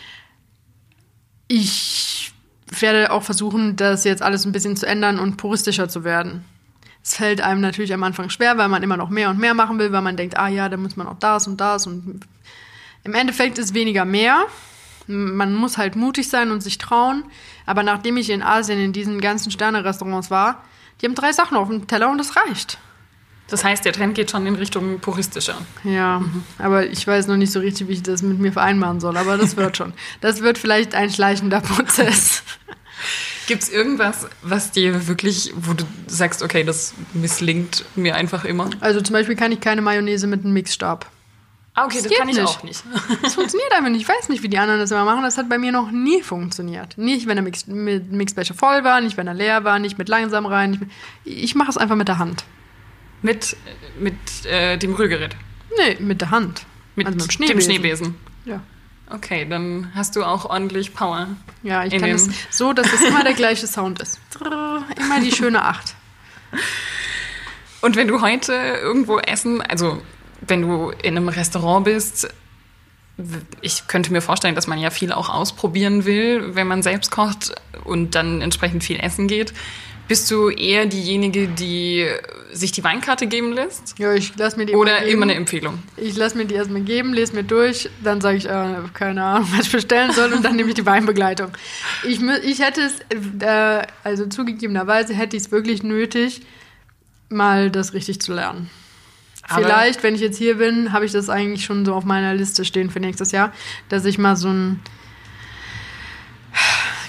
ich werde auch versuchen, das jetzt alles ein bisschen zu ändern und puristischer zu werden. Es fällt einem natürlich am Anfang schwer, weil man immer noch mehr und mehr machen will, weil man denkt, ah ja, da muss man auch das und das. Und im Endeffekt ist weniger mehr. Man muss halt mutig sein und sich trauen. Aber nachdem ich in Asien in diesen ganzen Sterne-Restaurants war, die haben drei Sachen auf dem Teller und das reicht. Das heißt, der Trend geht schon in Richtung puristischer. Ja, mhm. aber ich weiß noch nicht so richtig, wie ich das mit mir vereinbaren soll. Aber das wird schon. Das wird vielleicht ein schleichender Prozess. Gibt es irgendwas, was dir wirklich, wo du sagst, okay, das misslingt mir einfach immer? Also zum Beispiel kann ich keine Mayonnaise mit einem Mixstab. Ah, okay, das, das kann ich nicht. auch nicht. Das funktioniert einfach nicht. Ich weiß nicht, wie die anderen das immer machen. Das hat bei mir noch nie funktioniert. Nicht, wenn der Mix, mit Mixbecher voll war, nicht, wenn er leer war, nicht mit langsam rein. Nicht mit, ich mache es einfach mit der Hand. Mit, mit äh, dem Rührgerät? Nee, mit der Hand. Mit, also mit dem Schneebesen. dem Schneebesen? Ja. Okay, dann hast du auch ordentlich Power. Ja, ich kann es so, dass es immer der gleiche Sound ist. Immer die schöne Acht. Und wenn du heute irgendwo essen, also wenn du in einem Restaurant bist, ich könnte mir vorstellen, dass man ja viel auch ausprobieren will, wenn man selbst kocht und dann entsprechend viel essen geht. Bist du eher diejenige, die sich die Weinkarte geben lässt? Ja, ich lasse mir die Oder immer geben. immer eine Empfehlung? Ich lasse mir die erstmal geben, lese mir durch, dann sage ich, äh, keine Ahnung, was ich bestellen soll und dann nehme ich die Weinbegleitung. Ich, ich hätte es, äh, also zugegebenerweise hätte ich es wirklich nötig, mal das richtig zu lernen. Aber Vielleicht, wenn ich jetzt hier bin, habe ich das eigentlich schon so auf meiner Liste stehen für nächstes Jahr, dass ich mal so ein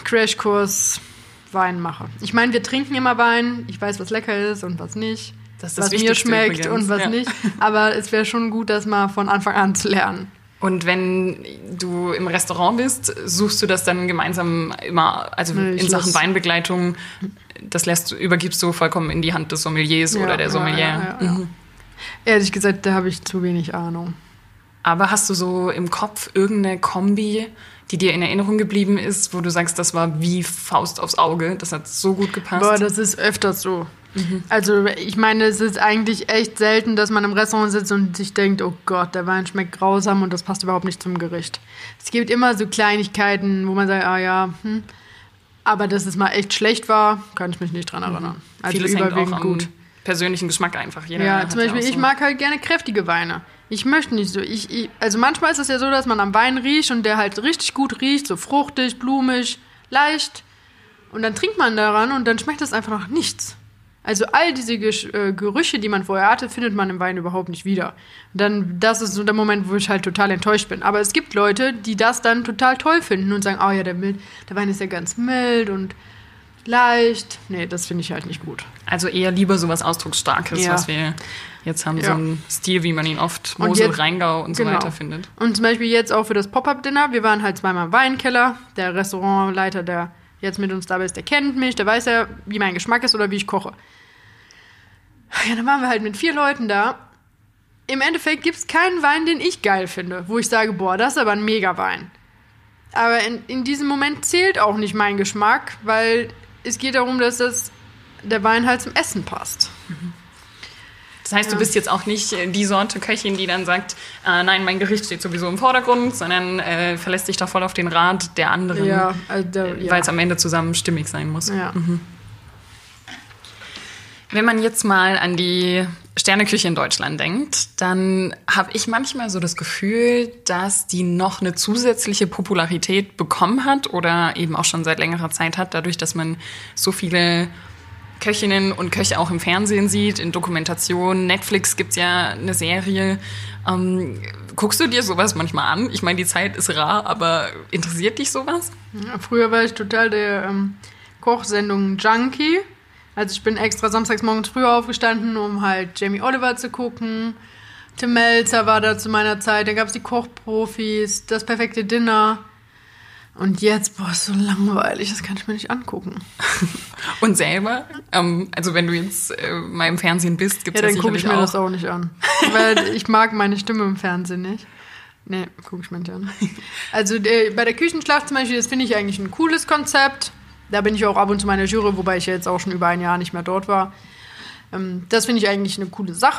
Crashkurs Wein mache. Ich meine, wir trinken immer Wein. Ich weiß, was lecker ist und was nicht. Das ist das was mir schmeckt übrigens. Und was ja. nicht. Aber es wäre schon gut, das mal von Anfang an zu lernen. Und wenn du im Restaurant bist, suchst du das dann gemeinsam immer, also Nee, in Sachen lass- Weinbegleitung, das lässt, übergibst du vollkommen in die Hand des Sommeliers Ja, oder der ja, Sommelier. ja, ja, ja. Mhm. Ehrlich gesagt, da habe ich zu wenig Ahnung. Aber hast du so im Kopf irgendeine Kombi, die dir in Erinnerung geblieben ist, wo du sagst, das war wie Faust aufs Auge, das hat so gut gepasst? Boah, das ist öfters so. Mhm. Also ich meine, es ist eigentlich echt selten, dass man im Restaurant sitzt und sich denkt, oh Gott, der Wein schmeckt grausam und das passt überhaupt nicht zum Gericht. Es gibt immer so Kleinigkeiten, wo man sagt, ah ja, hm. aber dass es mal echt schlecht war, kann ich mich nicht dran erinnern. Also Vieles hängt auch am gut. persönlichen Geschmack einfach. Jeder Ja, hat zum Beispiel, auch so ich mag halt gerne kräftige Weine. Ich möchte nicht so. Ich, ich, also manchmal ist es ja so, dass man am Wein riecht und der halt richtig gut riecht, so fruchtig, blumig, leicht. Und dann trinkt man daran und dann schmeckt es einfach nach nichts. Also all diese Gesch- äh, Gerüche, die man vorher hatte, findet man im Wein überhaupt nicht wieder. Und dann, das ist so der Moment, wo ich halt total enttäuscht bin. Aber es gibt Leute, die das dann total toll finden und sagen, oh ja, der, mild, der Wein ist ja ganz mild und leicht. Nee, das finde ich halt nicht gut. Also eher lieber sowas Ausdrucksstarkes, Ja. was wir jetzt haben, Ja. so einen Stil, wie man ihn oft Und Mosel, jetzt- Rheingau und so genau. weiter findet. Und zum Beispiel jetzt auch für das Pop-Up-Dinner. Wir waren halt zweimal im Weinkeller. Der Restaurantleiter, der jetzt mit uns dabei ist, der kennt mich. Der weiß ja, wie mein Geschmack ist oder wie ich koche. Ja, dann waren wir halt mit vier Leuten da. Im Endeffekt gibt es keinen Wein, den ich geil finde, wo ich sage, boah, das ist aber ein Mega-Wein. Aber in, in diesem Moment zählt auch nicht mein Geschmack, weil es geht darum, dass das, der Wein halt zum Essen passt. Das heißt, du Ja. bist jetzt auch nicht äh, die Sorte Köchin, die dann sagt, äh, nein, mein Gericht steht sowieso im Vordergrund, sondern äh, verlässt dich da voll auf den Rat der anderen, Ja, also der, äh, ja. weil es am Ende zusammen stimmig sein muss. Ja. Wenn man jetzt mal an die Sterneküche in Deutschland denkt, dann habe ich manchmal so das Gefühl, dass die noch eine zusätzliche Popularität bekommen hat oder eben auch schon seit längerer Zeit hat, dadurch, dass man so viele Köchinnen und Köche auch im Fernsehen sieht, in Dokumentationen. Netflix gibt's ja eine Serie. Ähm, guckst du dir sowas manchmal an? Ich meine, die Zeit ist rar, aber interessiert dich sowas? Ja, früher war ich total der ähm, Kochsendung-Junkie. Also ich bin extra samstags morgens früh aufgestanden, um halt Jamie Oliver zu gucken. Tim Melzer war da zu meiner Zeit. Dann gab es die Kochprofis, das perfekte Dinner. Und jetzt, boah, ist so langweilig, das kann ich mir nicht angucken. Und selber? Ähm, also wenn du jetzt äh, mal im Fernsehen bist, gibt's Ja, das dann gucke ich sicherlich mir auch. das auch nicht an. Weil ich mag meine Stimme im Fernsehen nicht. Nee, gucke ich mir nicht an. Also äh, bei der Küchenschlacht zum Beispiel, das finde ich eigentlich ein cooles Konzept. Da bin ich auch ab und zu meiner Jury, wobei ich jetzt auch schon über ein Jahr nicht mehr dort war. Ähm, das finde ich eigentlich eine coole Sache.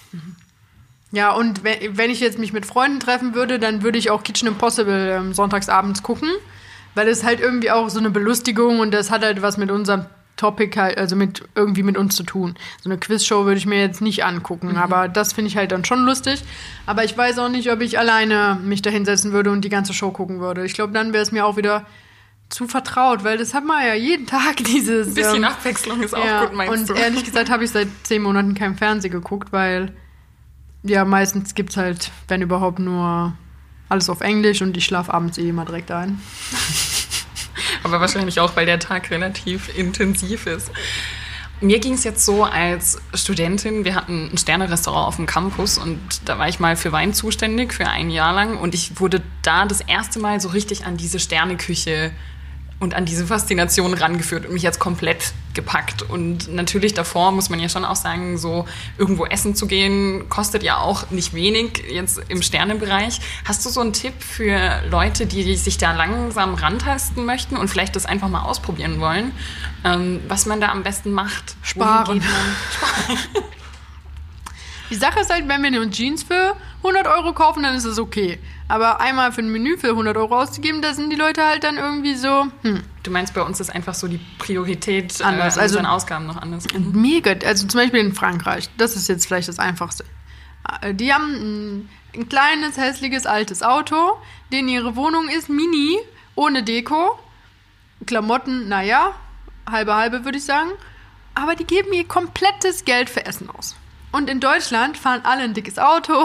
Ja, und wenn, wenn ich jetzt mich mit Freunden treffen würde, dann würde ich auch Kitchen Impossible ähm, sonntagsabends gucken. Weil das halt irgendwie auch so eine Belustigung und das hat halt was mit unserem Topic halt, also mit irgendwie mit uns zu tun. So eine Quizshow würde ich mir jetzt nicht angucken, mhm. aber das finde ich halt dann schon lustig. Aber ich weiß auch nicht, ob ich alleine mich da hinsetzen würde und die ganze Show gucken würde. Ich glaube, dann wäre es mir auch wieder zu vertraut, weil das hat man ja jeden Tag dieses... Ein bisschen ähm, Abwechslung ist auch ja, gut, meinst und du? ehrlich gesagt habe ich seit zehn Monaten kein Fernsehen geguckt, weil ja, meistens gibt es halt, wenn überhaupt, nur alles auf Englisch und ich schlafe abends eh immer direkt ein. Aber wahrscheinlich auch, weil der Tag relativ intensiv ist. Mir ging es jetzt so als Studentin, wir hatten ein Sterne-Restaurant auf dem Campus und da war ich mal für Wein zuständig, für ein Jahr lang. Und ich wurde da das erste Mal so richtig an diese Sterneküche und an diese Faszination rangeführt und mich jetzt komplett gepackt. Und natürlich davor muss man ja schon auch sagen, so irgendwo essen zu gehen, kostet ja auch nicht wenig jetzt im Sternebereich. Hast du so einen Tipp für Leute, die sich da langsam rantasten möchten und vielleicht das einfach mal ausprobieren wollen, ähm, was man da am besten macht? Sparen. Wohin geht man? Die Sache ist halt, wenn wir uns Jeans für hundert Euro kaufen, dann ist es okay. Aber einmal für ein Menü für hundert Euro auszugeben, da sind die Leute halt dann irgendwie so, hm. Du meinst, bei uns ist einfach so die Priorität Anders. äh, an Also- unseren Ausgaben noch anders. Mega, also zum Beispiel in Frankreich, das ist jetzt vielleicht das Einfachste. Die haben ein, ein kleines, hässliches, altes Auto, denen ihre Wohnung ist mini, ohne Deko. Klamotten, naja, halbe halbe würde ich sagen. Aber die geben ihr komplettes Geld für Essen aus. Und in Deutschland fahren alle ein dickes Auto,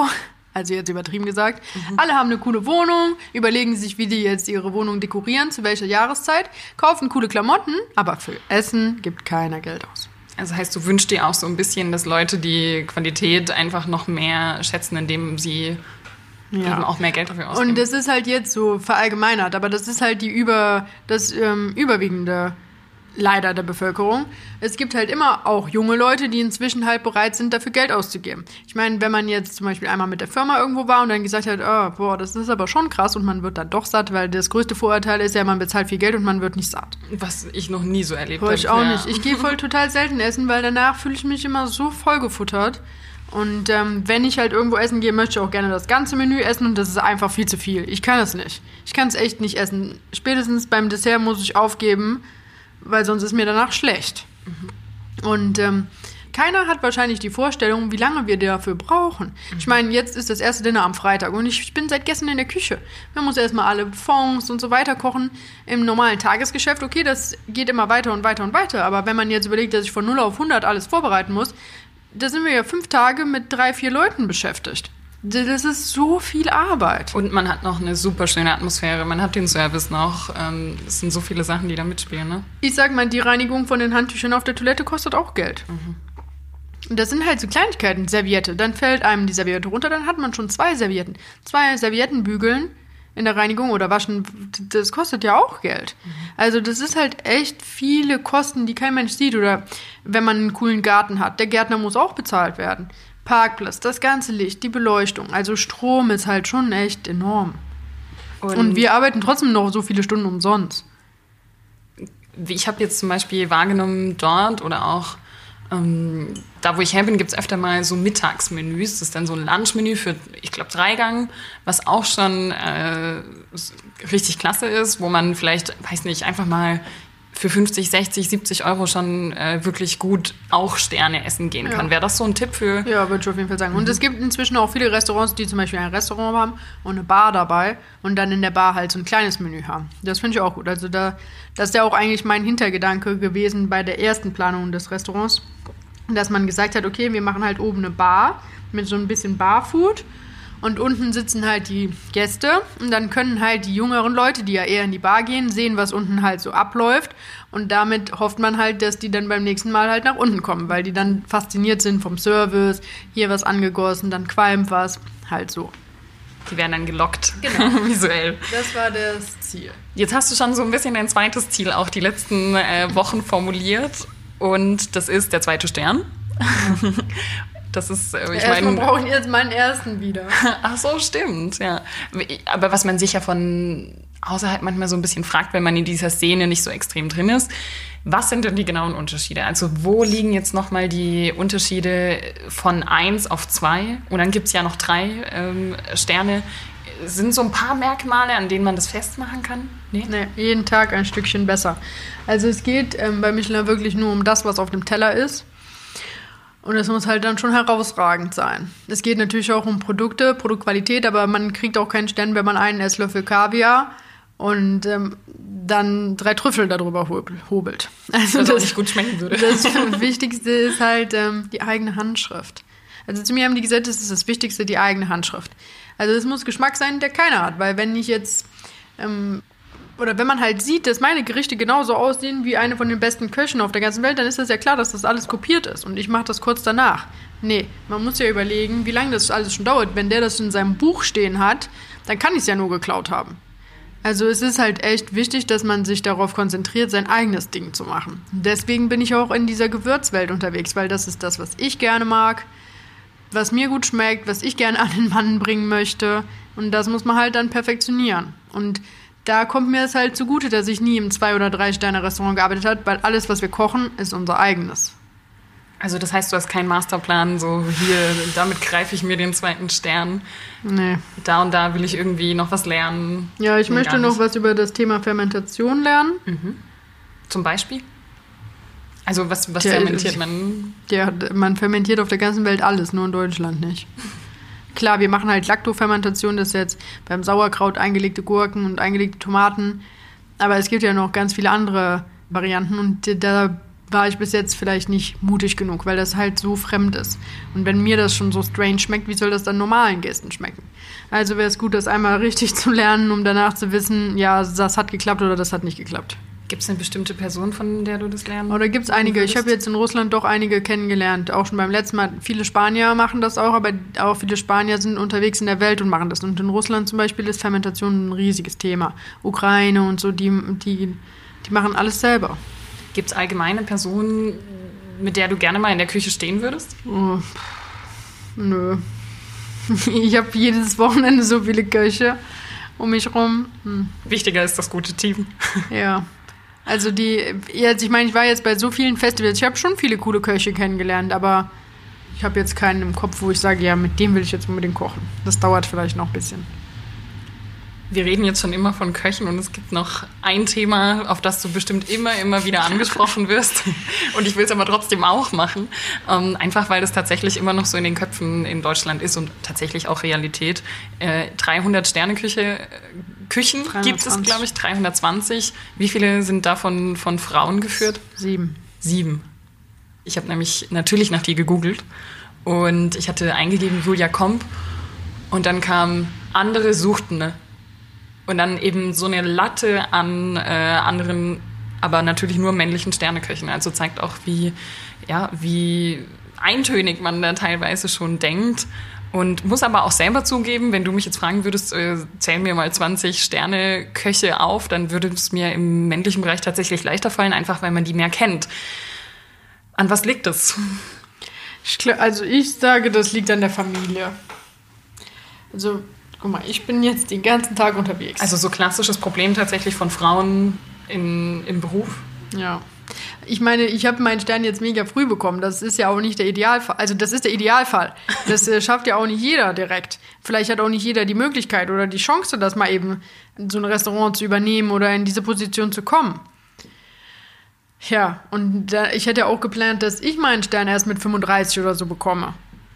Also jetzt übertrieben gesagt. Mhm. Alle haben eine coole Wohnung, überlegen sich, wie die jetzt ihre Wohnung dekorieren, zu welcher Jahreszeit, kaufen coole Klamotten, aber für Essen gibt keiner Geld aus. Also heißt, du wünschst dir auch so ein bisschen, dass Leute die Qualität einfach noch mehr schätzen, indem sie ja. eben auch mehr Geld dafür ausgeben. Und das ist halt jetzt so verallgemeinert, aber das ist halt die über, das ähm, überwiegende leider der Bevölkerung. Es gibt halt immer auch junge Leute, die inzwischen halt bereit sind, dafür Geld auszugeben. Ich meine, wenn man jetzt zum Beispiel einmal mit der Firma irgendwo war und dann gesagt hat, oh, boah, das ist aber schon krass und man wird dann doch satt, weil das größte Vorurteil ist ja, man bezahlt viel Geld und man wird nicht satt. Was ich noch nie so erlebt habe. Ich auch ja. nicht. Ich gehe voll total selten essen, weil danach fühle ich mich immer so vollgefuttert. Und ähm, wenn ich halt irgendwo essen gehe, möchte ich auch gerne das ganze Menü essen und das ist einfach viel zu viel. Ich kann das nicht. Ich kann es echt nicht essen. Spätestens beim Dessert muss ich aufgeben, weil sonst ist mir danach schlecht. Mhm. Und ähm, keiner hat wahrscheinlich die Vorstellung, wie lange wir dafür brauchen. Mhm. Ich meine, jetzt ist das erste Dinner am Freitag und ich bin seit gestern in der Küche. Man muss erstmal alle Fonds und so weiter kochen. Im normalen Tagesgeschäft, okay, das geht immer weiter und weiter und weiter. Aber wenn man jetzt überlegt, dass ich von null auf hundert alles vorbereiten muss, da sind wir ja fünf Tage mit drei, vier Leuten beschäftigt. Das ist so viel Arbeit. Und man hat noch eine super schöne Atmosphäre. Man hat den Service noch. Ähm, es sind so viele Sachen, die da mitspielen, ne? Ich sag mal, die Reinigung von den Handtüchern auf der Toilette kostet auch Geld. Mhm. Und das sind halt so Kleinigkeiten. Serviette. Dann fällt einem die Serviette runter, dann hat man schon zwei Servietten. Zwei Servietten bügeln in der Reinigung oder waschen, das kostet ja auch Geld. Mhm. Also das ist halt echt viele Kosten, die kein Mensch sieht. Oder wenn man einen coolen Garten hat, der Gärtner muss auch bezahlt werden. Parkplatz, das ganze Licht, die Beleuchtung. Also Strom ist halt schon echt enorm. Und, Und wir arbeiten trotzdem noch so viele Stunden umsonst. Ich habe jetzt zum Beispiel wahrgenommen, dort oder auch ähm, da, wo ich her bin, gibt es öfter mal so Mittagsmenüs. Das ist dann so ein Lunchmenü für, ich glaube, Dreigang, was auch schon äh, richtig klasse ist, wo man vielleicht, weiß nicht, einfach mal für fünfzig, sechzig, siebzig Euro schon äh, wirklich gut auch Sterne essen gehen kann. Ja. Wäre das so ein Tipp für... Ja, würde ich auf jeden Fall sagen. Und mhm. es gibt inzwischen auch viele Restaurants, die zum Beispiel ein Restaurant haben und eine Bar dabei und dann in der Bar halt so ein kleines Menü haben. Das finde ich auch gut. Also da, das ist ja auch eigentlich mein Hintergedanke gewesen bei der ersten Planung des Restaurants, dass man gesagt hat, okay, wir machen halt oben eine Bar mit so ein bisschen Barfood. Und unten sitzen halt die Gäste und dann können halt die jüngeren Leute, die ja eher in die Bar gehen, sehen, was unten halt so abläuft. Und damit hofft man halt, dass die dann beim nächsten Mal halt nach unten kommen, weil die dann fasziniert sind vom Service, hier was angegossen, dann qualmt was, halt so. Die werden dann gelockt, genau. Visuell. Das war das Ziel. Jetzt hast du schon so ein bisschen dein zweites Ziel auch die letzten äh, Wochen formuliert und das ist der zweite Stern. Ja. Das ist, ich Erstmal meine, brauche ich jetzt meinen ersten wieder. Ach so, stimmt, ja. Aber was man sich ja von außerhalb manchmal so ein bisschen fragt, wenn man in dieser Szene nicht so extrem drin ist, was sind denn die genauen Unterschiede? Also wo liegen jetzt nochmal die Unterschiede von eins auf zwei? Und dann gibt es ja noch drei ähm, Sterne. Sind so ein paar Merkmale, an denen man das festmachen kann? Nee? Nee, jeden Tag ein Stückchen besser. Also es geht ähm, bei Michelin wirklich nur um das, was auf dem Teller ist. Und es muss halt dann schon herausragend sein. Es geht natürlich auch um Produkte, Produktqualität, aber man kriegt auch keinen Stern, wenn man einen Esslöffel Kaviar und ähm, dann drei Trüffel darüber hobelt. Also das, das auch nicht gut schmecken würde. Das Wichtigste ist halt ähm, die eigene Handschrift. Also zu mir haben die gesagt, das ist das Wichtigste, die eigene Handschrift. Also es muss Geschmack sein, der keiner hat, weil wenn ich jetzt... Ähm, Oder wenn man halt sieht, dass meine Gerichte genauso aussehen wie eine von den besten Köchen auf der ganzen Welt, dann ist das ja klar, dass das alles kopiert ist. Und ich mache das kurz danach. Nee, man muss ja überlegen, wie lange das alles schon dauert. Wenn der das in seinem Buch stehen hat, dann kann ich es ja nur geklaut haben. Also es ist halt echt wichtig, dass man sich darauf konzentriert, sein eigenes Ding zu machen. Deswegen bin ich auch in dieser Gewürzwelt unterwegs, weil das ist das, was ich gerne mag, was mir gut schmeckt, was ich gerne an den Mann bringen möchte. Und das muss man halt dann perfektionieren. Und da kommt mir es halt zugute, dass ich nie im Zwei- oder Drei-Sterne-Restaurant gearbeitet habe, weil alles, was wir kochen, ist unser eigenes. Also das heißt, du hast keinen Masterplan, so hier, damit greife ich mir den zweiten Stern. Nee. Da und da will ich irgendwie noch was lernen. Ja, ich nee, möchte noch was über das Thema Fermentation lernen. Mhm. Zum Beispiel? Also was, was ja, fermentiert man? Ja, man fermentiert auf der ganzen Welt alles, nur in Deutschland nicht. Klar, wir machen halt Laktofermentation, das ist jetzt beim Sauerkraut eingelegte Gurken und eingelegte Tomaten. Aber es gibt ja noch ganz viele andere Varianten und da war ich bis jetzt vielleicht nicht mutig genug, weil das halt so fremd ist. Und wenn mir das schon so strange schmeckt, wie soll das dann normalen Gästen schmecken? Also wäre es gut, das einmal richtig zu lernen, um danach zu wissen, ja, das hat geklappt oder das hat nicht geklappt. Gibt es eine bestimmte Person, von der du das lernen Oder gibt es einige? Ich habe jetzt in Russland doch einige kennengelernt. Auch schon beim letzten Mal. Viele Spanier machen das auch, aber auch viele Spanier sind unterwegs in der Welt und machen das. Und in Russland zum Beispiel ist Fermentation ein riesiges Thema. Ukraine und so, die, die, die machen alles selber. Gibt es allgemeine Personen, mit der du gerne mal in der Küche stehen würdest? Oh, nö. Ich habe jedes Wochenende so viele Köche um mich rum. Hm. Wichtiger ist das gute Team. Ja. Also die, jetzt, ich meine, ich war jetzt bei so vielen Festivals, ich habe schon viele coole Köche kennengelernt, aber ich habe jetzt keinen im Kopf, wo ich sage, ja, mit dem will ich jetzt unbedingt kochen. Das dauert vielleicht noch ein bisschen. Wir reden jetzt schon immer von Köchen und es gibt noch ein Thema, auf das du bestimmt immer, immer wieder angesprochen wirst. Und ich will es aber trotzdem auch machen. Ähm, einfach, weil das tatsächlich immer noch so in den Köpfen in Deutschland ist und tatsächlich auch Realität. Äh, dreihundert Sterne-Küche, Küchen gibt es, glaube ich, dreihundertzwanzig. Wie viele sind davon von Frauen geführt? Sieben. Sieben. Ich habe nämlich natürlich nach dir gegoogelt und ich hatte eingegeben Julia Komp und dann kam andere Suchten. Und dann eben so eine Latte an äh, anderen, aber natürlich nur männlichen Sterneköchen. Also zeigt auch, wie, ja, wie eintönig man da teilweise schon denkt. Und muss aber auch selber zugeben, wenn du mich jetzt fragen würdest, äh, zähl mir mal zwanzig Sterneköche auf, dann würde es mir im männlichen Bereich tatsächlich leichter fallen, einfach weil man die mehr kennt. An was liegt das? Ich, also ich sage, das liegt an der Familie. Also guck mal, ich bin jetzt den ganzen Tag unterwegs. Also so klassisches Problem tatsächlich von Frauen in, im Beruf? Ja. Ich meine, ich habe meinen Stern jetzt mega früh bekommen. Das ist ja auch nicht der Idealfall. Also das ist der Idealfall. Das äh, schafft ja auch nicht jeder direkt. Vielleicht hat auch nicht jeder die Möglichkeit oder die Chance, das mal eben in so ein Restaurant zu übernehmen oder in diese Position zu kommen. Ja, und da, ich hätte auch geplant, dass ich meinen Stern erst mit fünfunddreißig oder so bekomme.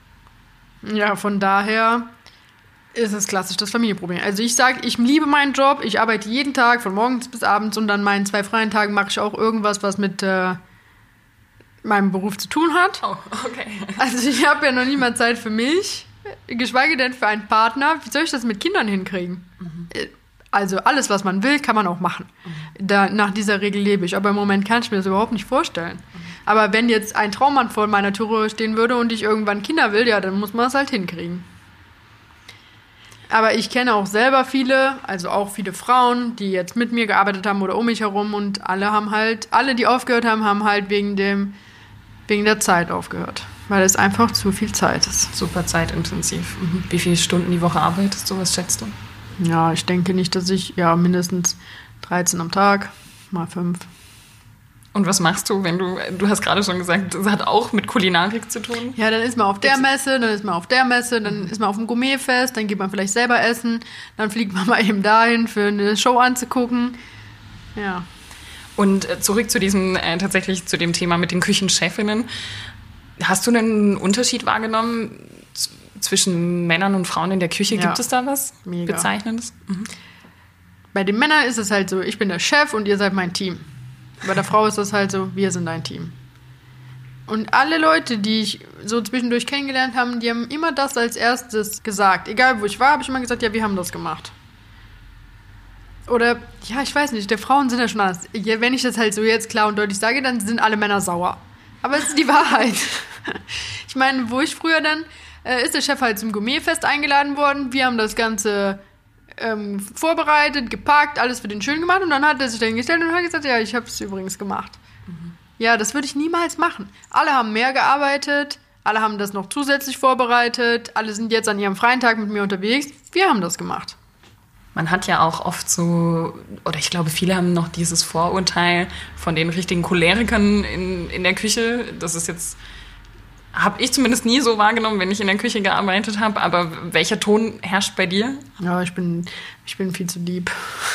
Ja, von daher ist es klassisch das Familienproblem. Also ich sage, ich liebe meinen Job, ich arbeite jeden Tag von morgens bis abends und an meinen zwei freien Tagen mache ich auch irgendwas, was mit äh, meinem Beruf zu tun hat. Oh, okay. Also ich habe ja noch nie mal Zeit für mich, geschweige denn für einen Partner. Wie soll ich das mit Kindern hinkriegen? Mhm. Also alles, was man will, kann man auch machen. Mhm. Da, nach dieser Regel lebe ich. Aber im Moment kann ich mir das überhaupt nicht vorstellen. Mhm. Aber wenn jetzt ein Traummann vor meiner Tür stehen würde und ich irgendwann Kinder will, ja, dann muss man es halt hinkriegen. Aber ich kenne auch selber viele, also auch viele Frauen, die jetzt mit mir gearbeitet haben oder um mich herum und alle haben halt, alle, die aufgehört haben, haben halt wegen dem, wegen der Zeit aufgehört. Weil es einfach zu viel Zeit ist. Super zeitintensiv. Mhm. Wie viele Stunden die Woche arbeitest du? Was schätzt du? Ja, ich denke nicht, dass ich, ja, mindestens dreizehn am Tag, mal fünf. Und was machst du, wenn du, du hast gerade schon gesagt, das hat auch mit Kulinarik zu tun? Ja, dann ist man auf der Messe, dann ist man auf der Messe, dann ist man auf dem Gourmetfest, dann geht man vielleicht selber essen, dann fliegt man mal eben dahin, für eine Show anzugucken. Ja. Und zurück zu diesem, äh, tatsächlich zu dem Thema mit den Küchenchefinnen. Hast du denn einen Unterschied wahrgenommen z- zwischen Männern und Frauen in der Küche? Ja. Gibt es da was Mega. Bezeichnendes? Mhm. Bei den Männern ist es halt so, ich bin der Chef und ihr seid mein Team. Bei der Frau ist das halt so, wir sind ein Team. Und alle Leute, die ich so zwischendurch kennengelernt habe, die haben immer das als erstes gesagt. Egal, wo ich war, habe ich immer gesagt, ja, wir haben das gemacht. Oder, ja, ich weiß nicht, der Frauen sind ja schon anders. Wenn ich das halt so jetzt klar und deutlich sage, dann sind alle Männer sauer. Aber es ist die Wahrheit. Ich meine, wo ich früher dann, äh, ist der Chef halt zum Gourmetfest eingeladen worden. Wir haben das Ganze ähm, vorbereitet, gepackt, alles für den schön gemacht. Und dann hat er sich dann gestellt und hat gesagt, ja, ich habe es übrigens gemacht. Mhm. Ja, das würde ich niemals machen. Alle haben mehr gearbeitet, alle haben das noch zusätzlich vorbereitet, alle sind jetzt an ihrem freien Tag mit mir unterwegs. Wir haben das gemacht. Man hat ja auch oft so, oder ich glaube, viele haben noch dieses Vorurteil von den richtigen Cholerikern in, in der Küche. Das ist jetzt, habe ich zumindest nie so wahrgenommen, wenn ich in der Küche gearbeitet habe. Aber welcher Ton herrscht bei dir? Ja, ich bin, ich bin viel zu lieb.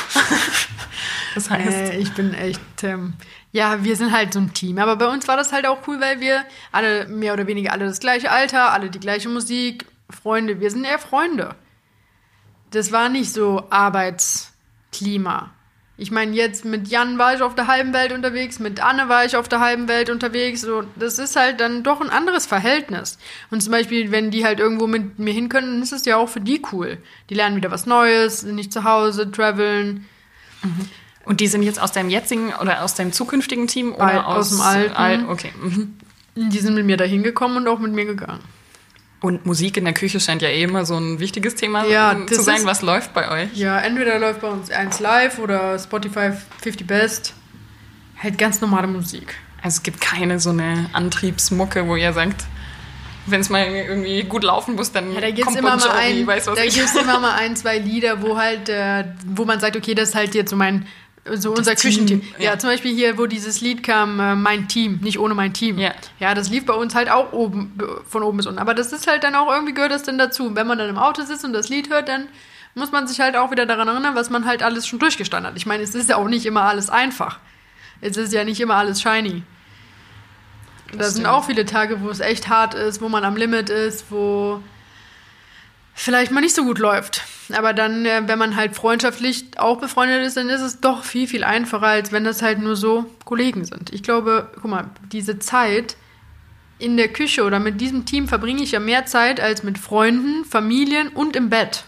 Das heißt? Äh, ich bin echt, ähm, ja, wir sind halt so ein Team. Aber bei uns war das halt auch cool, weil wir alle, mehr oder weniger alle das gleiche Alter, alle die gleiche Musik, Freunde. Wir sind eher Freunde. Das war nicht so Arbeitsklima. Ich meine, jetzt mit Jan war ich auf der halben Welt unterwegs, mit Anne war ich auf der halben Welt unterwegs. So, das ist halt dann doch ein anderes Verhältnis. Und zum Beispiel, wenn die halt irgendwo mit mir hin können, dann ist es ja auch für die cool. Die lernen wieder was Neues, sind nicht zu Hause, traveln. Mhm. Und die sind jetzt aus deinem jetzigen oder aus deinem zukünftigen Team oder Alt, aus, aus dem alten? Alt, okay. Mhm. Die sind mit mir da hingekommen und auch mit mir gegangen. Und Musik in der Küche scheint ja eh immer so ein wichtiges Thema ja, zu sein. Ist, was läuft bei euch? Ja, entweder läuft bei uns eins live oder Spotify fünfzig Best. Halt ganz normale Musik. Also es gibt keine so eine Antriebsmucke, wo ihr sagt, wenn es mal irgendwie gut laufen muss, dann ja, da gibt's kommt immer Bon Jovi, mal ein, weiß was Da ich. gibt es immer mal ein, zwei Lieder, wo halt, äh, wo man sagt, okay, das ist halt jetzt so mein... So unser Team, Küchenteam. ja. Ja, zum Beispiel hier, wo dieses Lied kam, äh, Mein Team, nicht ohne mein Team. Ja. Ja, das lief bei uns halt auch oben, von oben bis unten. Aber das ist halt dann auch irgendwie, gehört das dann dazu. Wenn man dann im Auto sitzt und das Lied hört, dann muss man sich halt auch wieder daran erinnern, was man halt alles schon durchgestanden hat. Ich meine, es ist ja auch nicht immer alles einfach. Es ist ja nicht immer alles shiny. Da sind auch viele Tage, wo es echt hart ist, wo man am Limit ist, wo vielleicht mal nicht so gut läuft. Aber dann, äh, wenn man halt freundschaftlich auch befreundet ist, dann ist es doch viel, viel einfacher, als wenn das halt nur so Kollegen sind. Ich glaube, guck mal, diese Zeit in der Küche oder mit diesem Team verbringe ich ja mehr Zeit als mit Freunden, Familien und im Bett.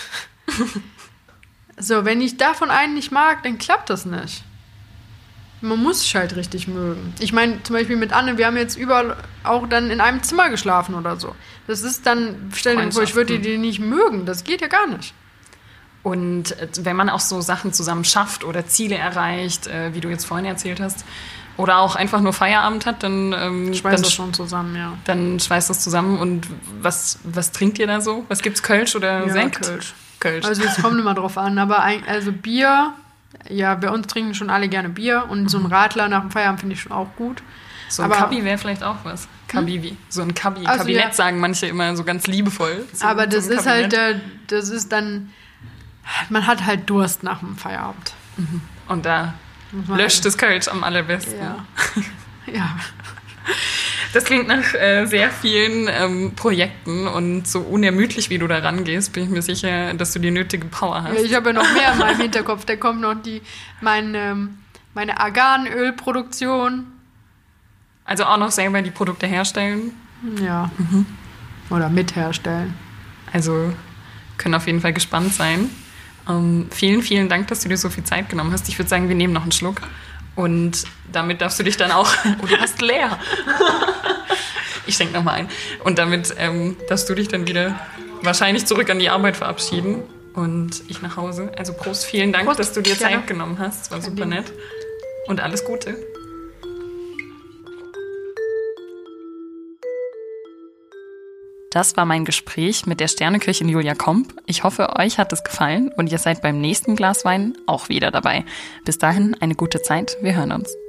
So, wenn ich davon einen nicht mag, dann klappt das nicht. Man muss es halt richtig mögen. Ich meine, zum Beispiel mit Anne, wir haben jetzt überall auch dann in einem Zimmer geschlafen oder so. Das ist dann, stell dir vor, ich würde die nicht mögen. Das geht ja gar nicht. Und wenn man auch so Sachen zusammen schafft oder Ziele erreicht, äh, wie du jetzt vorhin erzählt hast, oder auch einfach nur Feierabend hat, dann ähm, schweißt dann, das schon zusammen, ja. Dann schweißt das zusammen. Und was, was trinkt ihr da so? Was gibt's, Kölsch oder ja, Sekt? Kölsch. Kölsch. Also es kommt immer drauf an, aber ein, also Bier, ja, bei uns trinken schon alle gerne Bier und mhm. so ein Radler nach dem Feierabend finde ich schon auch gut. So ein Kabi wäre vielleicht auch was. Kabi, hm? So ein Kabi, also, Kabinett ja. sagen manche immer so ganz liebevoll. So, aber das so ist halt, der, das ist dann, man hat halt Durst nach dem Feierabend. Mhm. Und da löscht das Kölsch am allerbesten. Ja. ja. Das klingt nach äh, sehr vielen ähm, Projekten und so unermüdlich, wie du da rangehst, bin ich mir sicher, dass du die nötige Power hast. Ja, ich habe ja noch mehr in meinem Hinterkopf. Da kommt noch die, mein, ähm, meine Arganölproduktion. Also auch noch selber die Produkte herstellen? Ja. Mhm. Oder mitherstellen. Also können auf jeden Fall gespannt sein. Ähm, vielen, vielen Dank, dass du dir so viel Zeit genommen hast. Ich würde sagen, wir nehmen noch einen Schluck. Und damit darfst du dich dann auch... Oh, du hast leer. Ich schenke nochmal ein. Und damit ähm, darfst du dich dann wieder wahrscheinlich zurück an die Arbeit verabschieden. Und ich nach Hause. Also Prost, vielen Dank, Prost, dass du dir Zeit gerne. genommen hast. Es war Kein super Ding. nett. Und alles Gute. Das war mein Gespräch mit der Sterneköchin Julia Komp. Ich hoffe, euch hat es gefallen und ihr seid beim nächsten Glas Wein auch wieder dabei. Bis dahin eine gute Zeit. Wir hören uns.